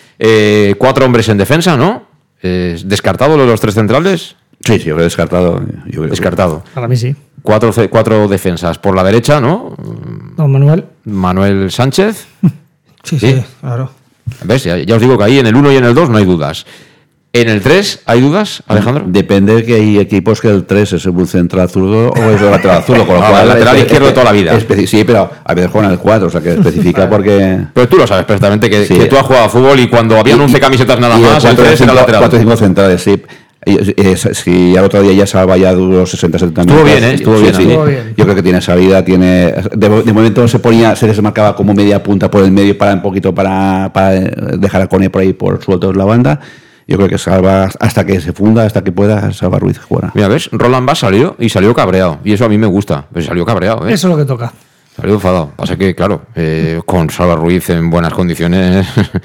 Eh, cuatro hombres en defensa, ¿no? Eh, ¿Descartado lo de los tres centrales? Sí, sí, yo creo descartado. Yo creo descartado. Para mí sí. Cuatro, cuatro defensas. Por la derecha, ¿no? Don Manuel. Manuel Sánchez. Sí, sí, sí, claro. ¿Ves? Ya, ya os digo que ahí en el uno y en el dos no hay dudas. ¿En el tres hay dudas, Alejandro? Depende que hay equipos que el tres es un central zurdo o es el lateral zurdo, con lo no, cual... el lateral es, izquierdo es, toda la vida. Es, sí, pero a veces juegan el cuatro, o sea que especifica porque... Pero tú lo sabes perfectamente, que, sí. que tú has jugado a fútbol y cuando habían once camisetas nada más, el tres era lateral. cuatro o cinco centrales, sí. Eh, si al otro día ya Salva ya duró sesenta setenta minutos. Estuvo bien, ¿eh? Estuvo, sí, bien, sí. Estuvo bien. Yo creo que tiene salida, tiene. De, de momento se ponía, se desmarcaba como media punta por el medio para un poquito para, para dejar a Cone por ahí por sueltos la banda. Yo creo que Salva, hasta que se funda, hasta que pueda, Salva Ruiz jugará. Mira, ¿ves? Roland Bass salió y salió cabreado. Y eso a mí me gusta. Pero salió cabreado, ¿eh? Eso es lo que toca. Salió enfadado. Pasa que, claro, eh, con Salva Ruiz en buenas condiciones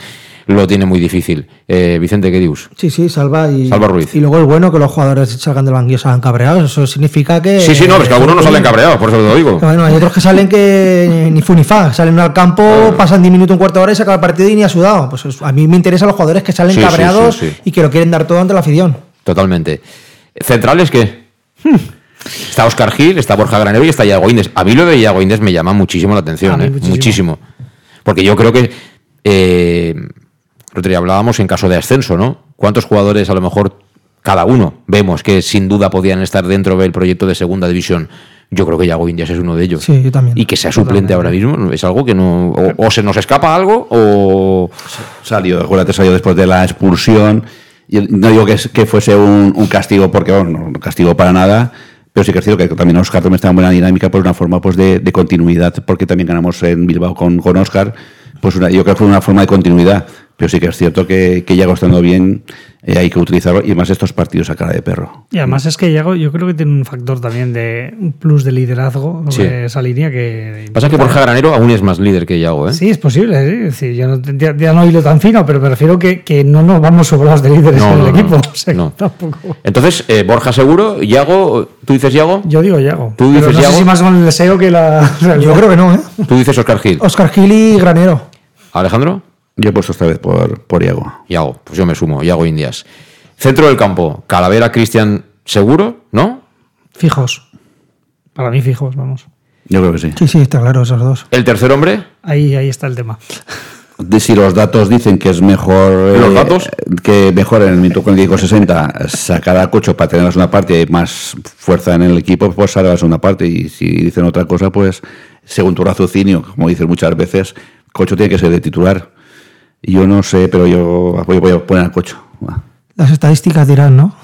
lo tiene muy difícil. Eh, Vicente, ¿qué dius? Sí, sí, Salva y, Salva Ruiz. Y luego el bueno que los jugadores salgan del banquillo salgan cabreados. Eso significa que... Sí, sí, no, es que algunos no salen cabreados, por eso te lo digo. Bueno, hay otros que salen que ni fu ni fa. Salen al campo, claro. Pasan diez minutos, un cuarto de hora y se acaba el partido y ni ha sudado. Pues eso, a mí me interesan los jugadores que salen sí, cabreados sí, sí, sí. y que lo quieren dar todo ante la afición. Totalmente. ¿Centrales qué? Hmm. Está Óscar Gil, está Borja Granero y está Iago Indes. A mí lo de Iago Indes me llama muchísimo la atención, eh, muchísimo. muchísimo. Porque yo creo que... Eh, el otro día hablábamos en caso de ascenso, ¿no? ¿Cuántos jugadores a lo mejor cada uno vemos que sin duda podían estar dentro del proyecto de segunda división? Yo creo que Iago Indias es uno de ellos. Sí, yo también. Y que sea suplente ahora mismo es algo que no... O, o se nos escapa algo o... Salió, acuérdate, salió después de la expulsión. Y no digo que, que fuese un, un castigo, porque bueno, no castigo para nada, pero sí que es cierto que también Óscar también está en buena dinámica por una forma pues de, de continuidad, porque también ganamos en Bilbao con, con Óscar. Pues una, yo creo que fue una forma de continuidad. Pero sí que es cierto que, que Iago estando bien, eh, hay que utilizarlo, y más estos partidos a cara de perro. Y además es que Iago yo creo que tiene un factor también de un plus de liderazgo sobre sí. esa línea que... Pasa que Borja Granero aún es más líder que Iago, ¿eh? Sí, es posible, sí. Es decir, yo no, ya, ya no hilo tan fino, pero me refiero que, que no nos vamos sobrados de líderes no, en el no, equipo. No, o sea, no. Tampoco. Entonces, eh, Borja seguro, Iago, ¿tú dices Iago? Yo digo Iago. ¿Tú dices pero no Iago? sé si más con el deseo que la realidad. Yo creo que no, ¿eh? ¿Tú dices Óscar Gil? Óscar Gil y Granero. ¿Alejandro? Yo he puesto esta vez por, por Iago. Iago, pues yo me sumo, Iago Indias. Centro del campo, Calavera, Cristian, ¿seguro? ¿No? Fijos. Para mí fijos, vamos. Yo creo que sí. Sí, sí, está claro, esos dos. ¿El tercer hombre? Ahí, ahí está el tema. De si los datos dicen que es mejor ¿Los eh, datos? que mejor en el minuto cuarenta y cinco sesenta sacar a Cocho para tener la segunda parte y más fuerza en el equipo, pues sale la segunda parte. Y si dicen otra cosa, pues según tu raciocinio, como dicen muchas veces, Cocho tiene que ser de titular. Yo no sé, pero yo voy, voy a poner al Cocho. Va. Las estadísticas dirán, ¿no?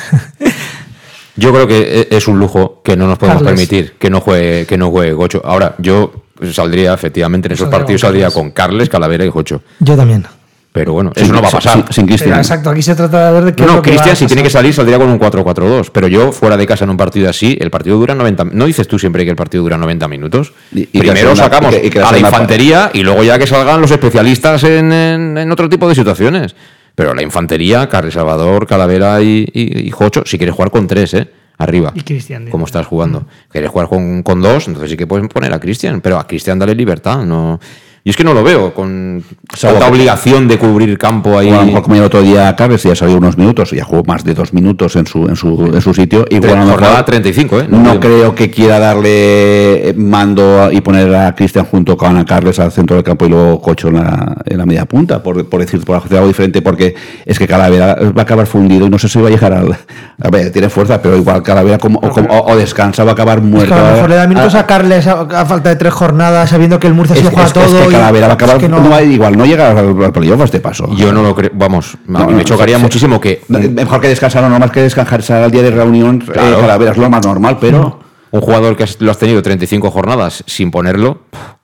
Yo creo que es un lujo que no nos podemos Carles. permitir que no juegue que no juegue Gocho. Ahora, yo saldría, efectivamente, en esos Saldría partidos con saldría Carles. con Carles, Calavera y Gocho. Yo también. Pero bueno, Sin- eso no va a sin- pasar. Sin, sin Cristian. Pero, exacto, aquí se trata de ver de qué No, es no, lo que va a Cristian, si tiene que pasar. salir, saldría con un cuatro cuatro dos. Pero yo, fuera de casa en un partido así, el partido dura noventa. ¿No dices tú siempre que el partido dura noventa minutos? Y- y que la Primero segunda- sacamos y que- y que la a la segunda- infantería y luego ya que salgan los especialistas en, en- en otro tipo de situaciones. Pero la infantería, Carles Salvador, Calavera y, y, y Jocho, si quieres jugar con tres, ¿eh? Arriba. Y Cristian. Como estás jugando. Quieres jugar con, con dos, entonces sí que puedes poner a Cristian. Pero a Cristian dale libertad. No. Yo es que no lo veo con Salvo tanta que- obligación de cubrir campo ahí. O a lo mejor como el otro día Carles ya salió unos minutos y ya jugó más de dos minutos en su en su, en su sitio. Y bueno, a lo mejor Jornada treinta y cinco, ¿eh? no olvidemos. creo que quiera darle mando y poner a Cristian junto con a Carles al centro del campo y luego Cocho en la, en la media punta, por, por decir, por hacer algo diferente, porque es que Calavera va a acabar fundido y no sé si va a llegar al... A ver, tiene fuerza, pero igual Calavera como, o, como- o descansa, va a acabar Es muerto. que a lo mejor le da minutos Ah, a Carles a, a falta de tres jornadas, sabiendo que el Murcia se es, lo juega es- todo. es que y- Calavera va a acabar... es que no- no va- igual no llega al, al playoff a este paso. Yo no lo creo. Vamos, a No, mí me no, chocaría sí, sí. muchísimo que. Mejor que descansar, no más que descansar al día de reunión, Claro. eh, Calavera es lo más normal, pero... Un jugador que has- lo has tenido treinta y cinco jornadas sin ponerlo,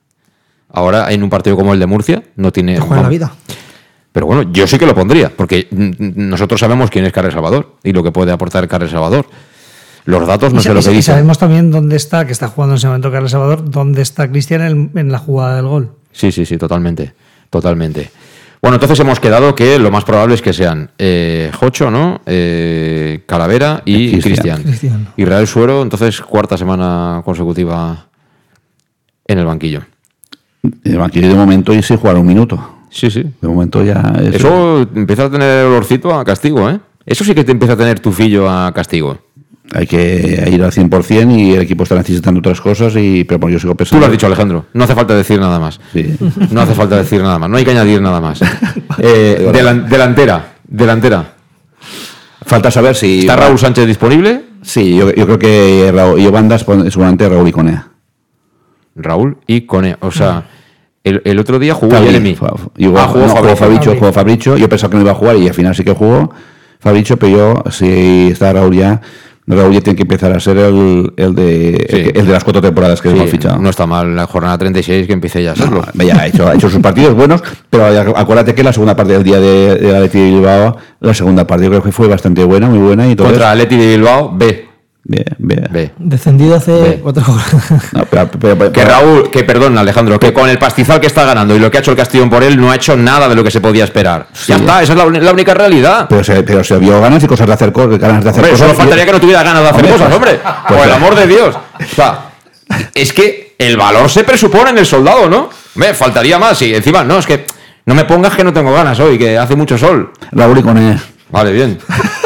ahora en un partido como el de Murcia, no tiene. Te juega la vamos. vida. Pero bueno, yo sí que lo pondría, porque mm, nosotros sabemos quién es Carles Salvador y lo que puede aportar Carles Salvador. Los datos no Y sé sa- lo y que sa- y dicen. sabemos también dónde está, que está jugando en ese momento Carles Salvador, dónde está Cristian en, en la jugada del gol. Sí, sí, sí, totalmente. Totalmente. Bueno, entonces hemos quedado que lo más probable es que sean eh, Jocho, ¿no? Eh, Calavera y Cristian. Cristian. Cristian. Israel Suero, entonces cuarta semana consecutiva en el banquillo. El banquillo de momento y sin jugar un minuto. Sí, sí. De momento ya... es- Eso empieza a tener olorcito a castigo, ¿eh? Eso sí que te empieza a tener tu fillo a castigo. Hay que ir al cien por ciento y el equipo está necesitando otras cosas, y pero bueno, yo sigo Tú pensando... lo has dicho, Alejandro. No hace falta decir nada más. Sí. No hace falta decir nada más. No hay que añadir nada más. Eh, delan- delantera. Delantera. Falta saber si... ¿Está Raúl Sánchez disponible? Sí, yo, yo creo que Raúl, y Bandas seguramente Raúl y Conea. Raúl y Cone. O sea, el, el otro día jugó Fabri- Jeremy. Fa- y jugó- Ah, jugó no, Fabricio. jugó Fabricio, jugó Fabricio. Yo pensaba que no iba a jugar y al final sí que jugó. Fabricio, pero yo, si está Raúl ya, Raúl ya tiene que empezar a ser el, el, de, sí. el, el de las cuatro temporadas que sí, hemos fichado. No está mal la jornada treinta y seis que empiece ya a serlo. No, ya ha hecho, ha hecho sus partidos buenos, pero acuérdate que la segunda parte del día de, de Atleti de Bilbao, la segunda parte yo creo que fue bastante buena, muy buena. Y entonces, contra Atleti de Bilbao, B. Bien, bien. B. Descendido hace cuatro horas. No, pero, pero, pero, que Raúl, que perdón, Alejandro, que con el pastizal que está ganando y lo que ha hecho el Castellón por él, no ha hecho nada de lo que se podía esperar. Sí, ya está, esa es la, la única realidad. Pero se, pero se vio ganas y cosas de hacer, ganas de hacer hombre, cosas. Solo faltaría y... que no tuviera ganas de hacer hombre, cosas, hombre. Pues, por el amor de Dios. O sea, es que el valor se presupone en el soldado, ¿no? Me faltaría más. Y encima, no, es que no me pongas que no tengo ganas hoy, que hace mucho sol. Raúl y con él. Vale, bien.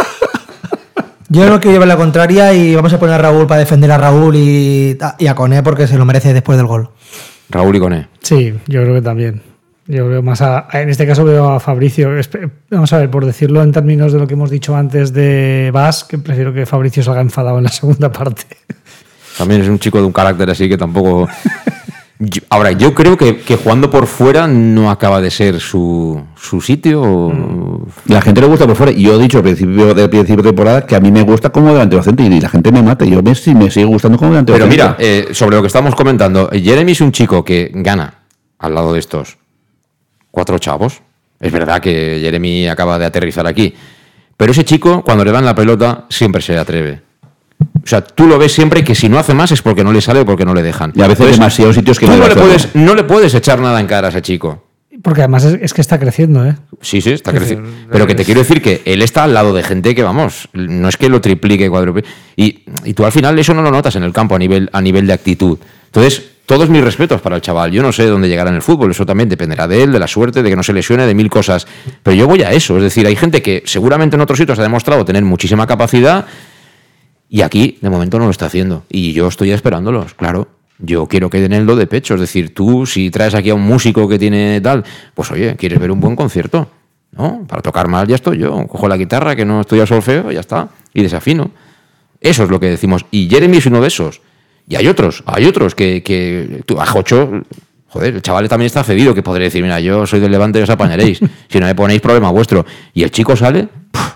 Yo no quiero llevar la contraria y vamos a poner a Raúl para defender a Raúl y, y a Koné porque se lo merece después del gol. Raúl y Koné. Sí, yo creo que también. Yo creo más a, en este caso veo a Fabricio. Vamos a ver, por decirlo en términos de lo que hemos dicho antes de Bas, que prefiero que Fabricio salga enfadado en la segunda parte. También es un chico de un carácter así que tampoco... Ahora, yo creo que, que jugando por fuera no acaba de ser su, su sitio. Mm. La gente le gusta por fuera. Y yo he dicho al principio de, principio de temporada que a mí me gusta como delantero centro y la gente me mata. Yo me, me sigue gustando como delantero centro. Pero centro. mira, eh, sobre lo que estamos comentando, Jeremy es un chico que gana al lado de estos cuatro chavos. Es verdad que Jeremy acaba de aterrizar aquí. Pero ese chico, cuando le dan la pelota, siempre se atreve. O sea, tú lo ves siempre que si no hace más es porque no le sale o porque no le dejan. Y a veces Entonces, demasiados sitios que tú no, no le puedes no le puedes echar nada en cara a ese chico. Porque además es, es que está creciendo, ¿eh? Sí, sí, está creciendo. Pero que te quiero decir que él está al lado de gente que, vamos, no es que lo triplique, cuadruplique. Y, y tú al final eso no lo notas en el campo a nivel, a nivel de actitud. Entonces, todos mis respetos para el chaval. Yo no sé dónde llegará en el fútbol. Eso también dependerá de él, de la suerte, de que no se lesione, de mil cosas. Pero yo voy a eso. Es decir, hay gente que seguramente en otros sitios ha demostrado tener muchísima capacidad. Y aquí, de momento, no lo está haciendo. Y yo estoy esperándolos, claro. Yo quiero que den el do de pecho. Es decir, tú, si traes aquí a un músico que tiene tal, pues oye, ¿quieres ver un buen concierto? ¿No? Para tocar mal ya estoy yo. Cojo la guitarra, que no estudio solfeo, ya está. Y desafino. Eso es lo que decimos. Y Jeremy es uno de esos. Y hay otros, hay otros que... que tú, a Jocho, joder, el chaval también está cedido, que podré decir, mira, yo soy del Levante y os apañaréis. Si no me ponéis, problema vuestro. Y el chico sale...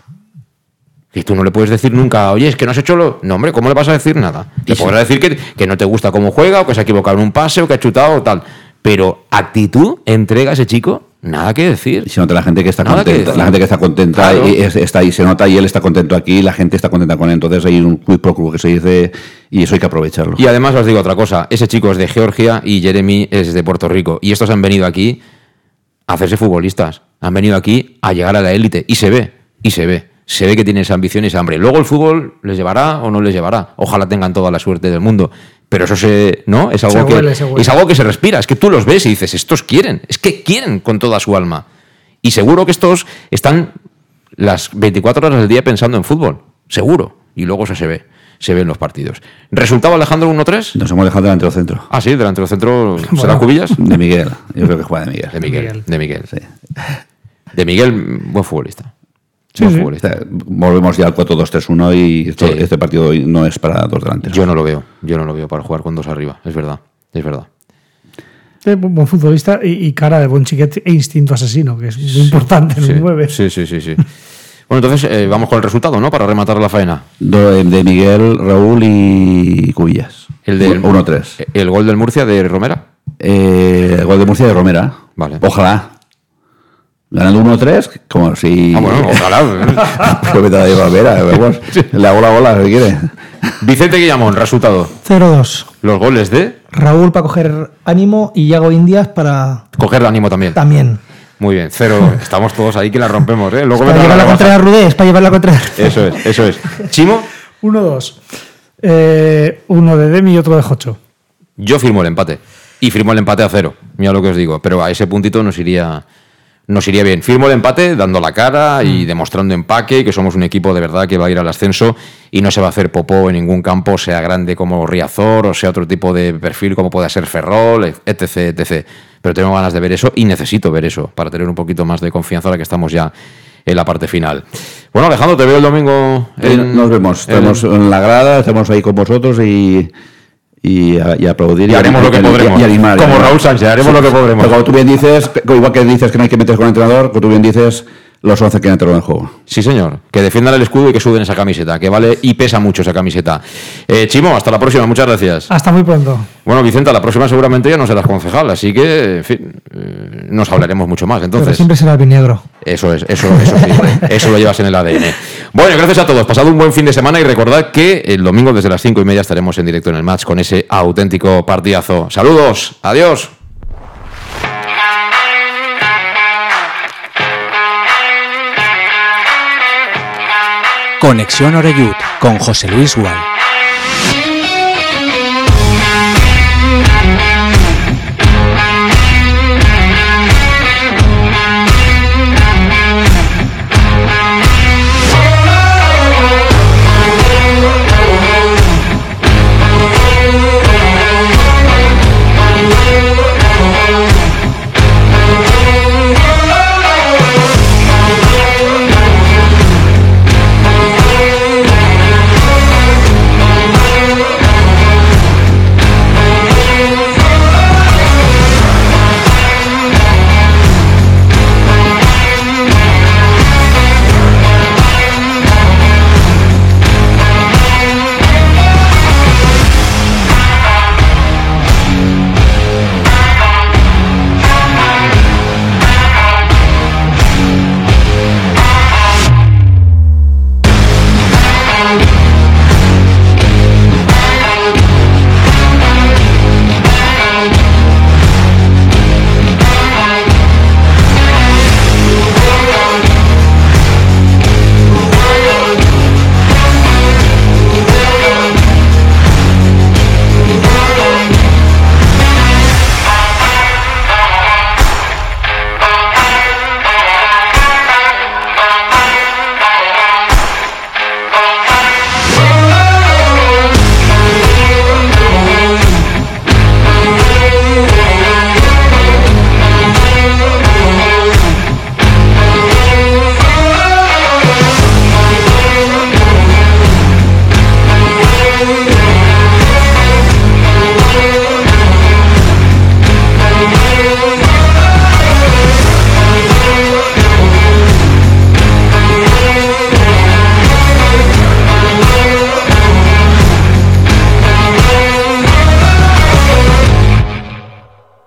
Y tú no le puedes decir nunca, oye, es que no has hecho lo... No, hombre, ¿cómo le vas a decir nada? Le sí. podrás decir que, que no te gusta cómo juega, o que se ha equivocado en un pase, o que ha chutado, o tal. Pero actitud, entrega a ese chico, nada que decir. Y se nota la gente que está nada contenta, que la gente que está contenta, claro. y es, está ahí, se nota, y él está contento aquí, la gente está contenta con él. Entonces hay un quid pro quo que se dice, y eso hay que aprovecharlo. Y además os digo otra cosa, ese chico es de Georgia y Jeremy es de Puerto Rico. Y estos han venido aquí a hacerse futbolistas. Han venido aquí a llegar a la élite. Y se ve, y se ve. Se ve que tienen esa ambición y esa hambre. Luego el fútbol les llevará o no les llevará. Ojalá tengan toda la suerte del mundo. Pero eso se, ¿no? Es algo, se que, huele, se huele. Es algo que se respira. Es que tú los ves y dices, estos quieren. Es que quieren con toda su alma. Y seguro que estos están las veinticuatro horas del día pensando en fútbol. Seguro. Y luego eso se ve. Se ve en los partidos. ¿Resultado, Alejandro, uno tres? Nos hemos dejado delantero centro. Ah, sí, delantero centro. ¿Será bueno, Cubillas? De Miguel. Yo creo que juega de Miguel. De Miguel. Miguel. De Miguel. Sí. De Miguel, buen futbolista. Sí, sí. Volvemos ya al cuatro dos tres uno y esto, sí. este partido hoy no es para dos delanteros. Yo no lo veo, yo no lo veo para jugar con dos arriba, es verdad, es verdad. Eh, buen futbolista y, y cara de buen chiquete e instinto asesino, que es muy sí, importante en sí, un nueve. Sí, sí, sí, sí. Bueno, entonces eh, vamos con el resultado, ¿no? Para rematar la faena. De, de Miguel, Raúl y Cubillas. El del uno tres. ¿El gol del Murcia de Romera? Eh, el gol de Murcia de Romera. Vale. Ojalá. Ganando uno tres, como si... Ah, bueno, ojalá. Pues me Romera, vamos. Sí. Le hago la bola, si quiere. Vicente Guillamón, resultado. cero dos. Los goles de... Raúl para coger ánimo y Iago Indias para... Coger ánimo también. También. Muy bien, cero. Estamos todos ahí que la rompemos, ¿eh? Luego es para llevar la contra de Rudé, es para llevar la contra. Eso es, eso es. ¿Chimo? uno dos. Eh, uno de Demi y otro de Jocho. Yo firmo el empate. Y firmo el empate a cero. Mira lo que os digo. Pero a ese puntito nos iría... Nos iría bien. Firmo el empate dando la cara y demostrando empaque, que somos un equipo de verdad que va a ir al ascenso y no se va a hacer popó en ningún campo, sea grande como Riazor o sea otro tipo de perfil como pueda ser Ferrol, etc, etcétera. Pero tengo ganas de ver eso y necesito ver eso para tener un poquito más de confianza ahora que estamos ya en la parte final. Bueno, Alejandro, te veo el domingo. En, Nos vemos. En, estamos en la grada, estamos ahí con vosotros y... Y, a, y aplaudir y, y haremos lo que podremos y, y animar, como y animar. Raúl Sánchez haremos sí. lo que podremos. Pero como tú bien dices, igual que dices que no hay que meterse con el entrenador, como tú bien dices, los once que entran en juego. Sí, señor. Que defiendan el escudo y que suden esa camiseta, que vale y pesa mucho esa camiseta. Eh, Chimo, hasta la próxima. Muchas gracias. Hasta muy pronto. Bueno, Vicenta, la próxima seguramente ya no serás concejal, así que, en fin, eh, nos hablaremos mucho más. Entonces, Pero siempre será el vinegro. Eso es, eso, eso sí, eso lo llevas en el A D N. Bueno, gracias a todos. Pasad un buen fin de semana y recordad que el domingo desde las cinco y media estaremos en directo en el match con ese auténtico partidazo. Saludos, adiós. Conexión Oreyud con José Luis Gual.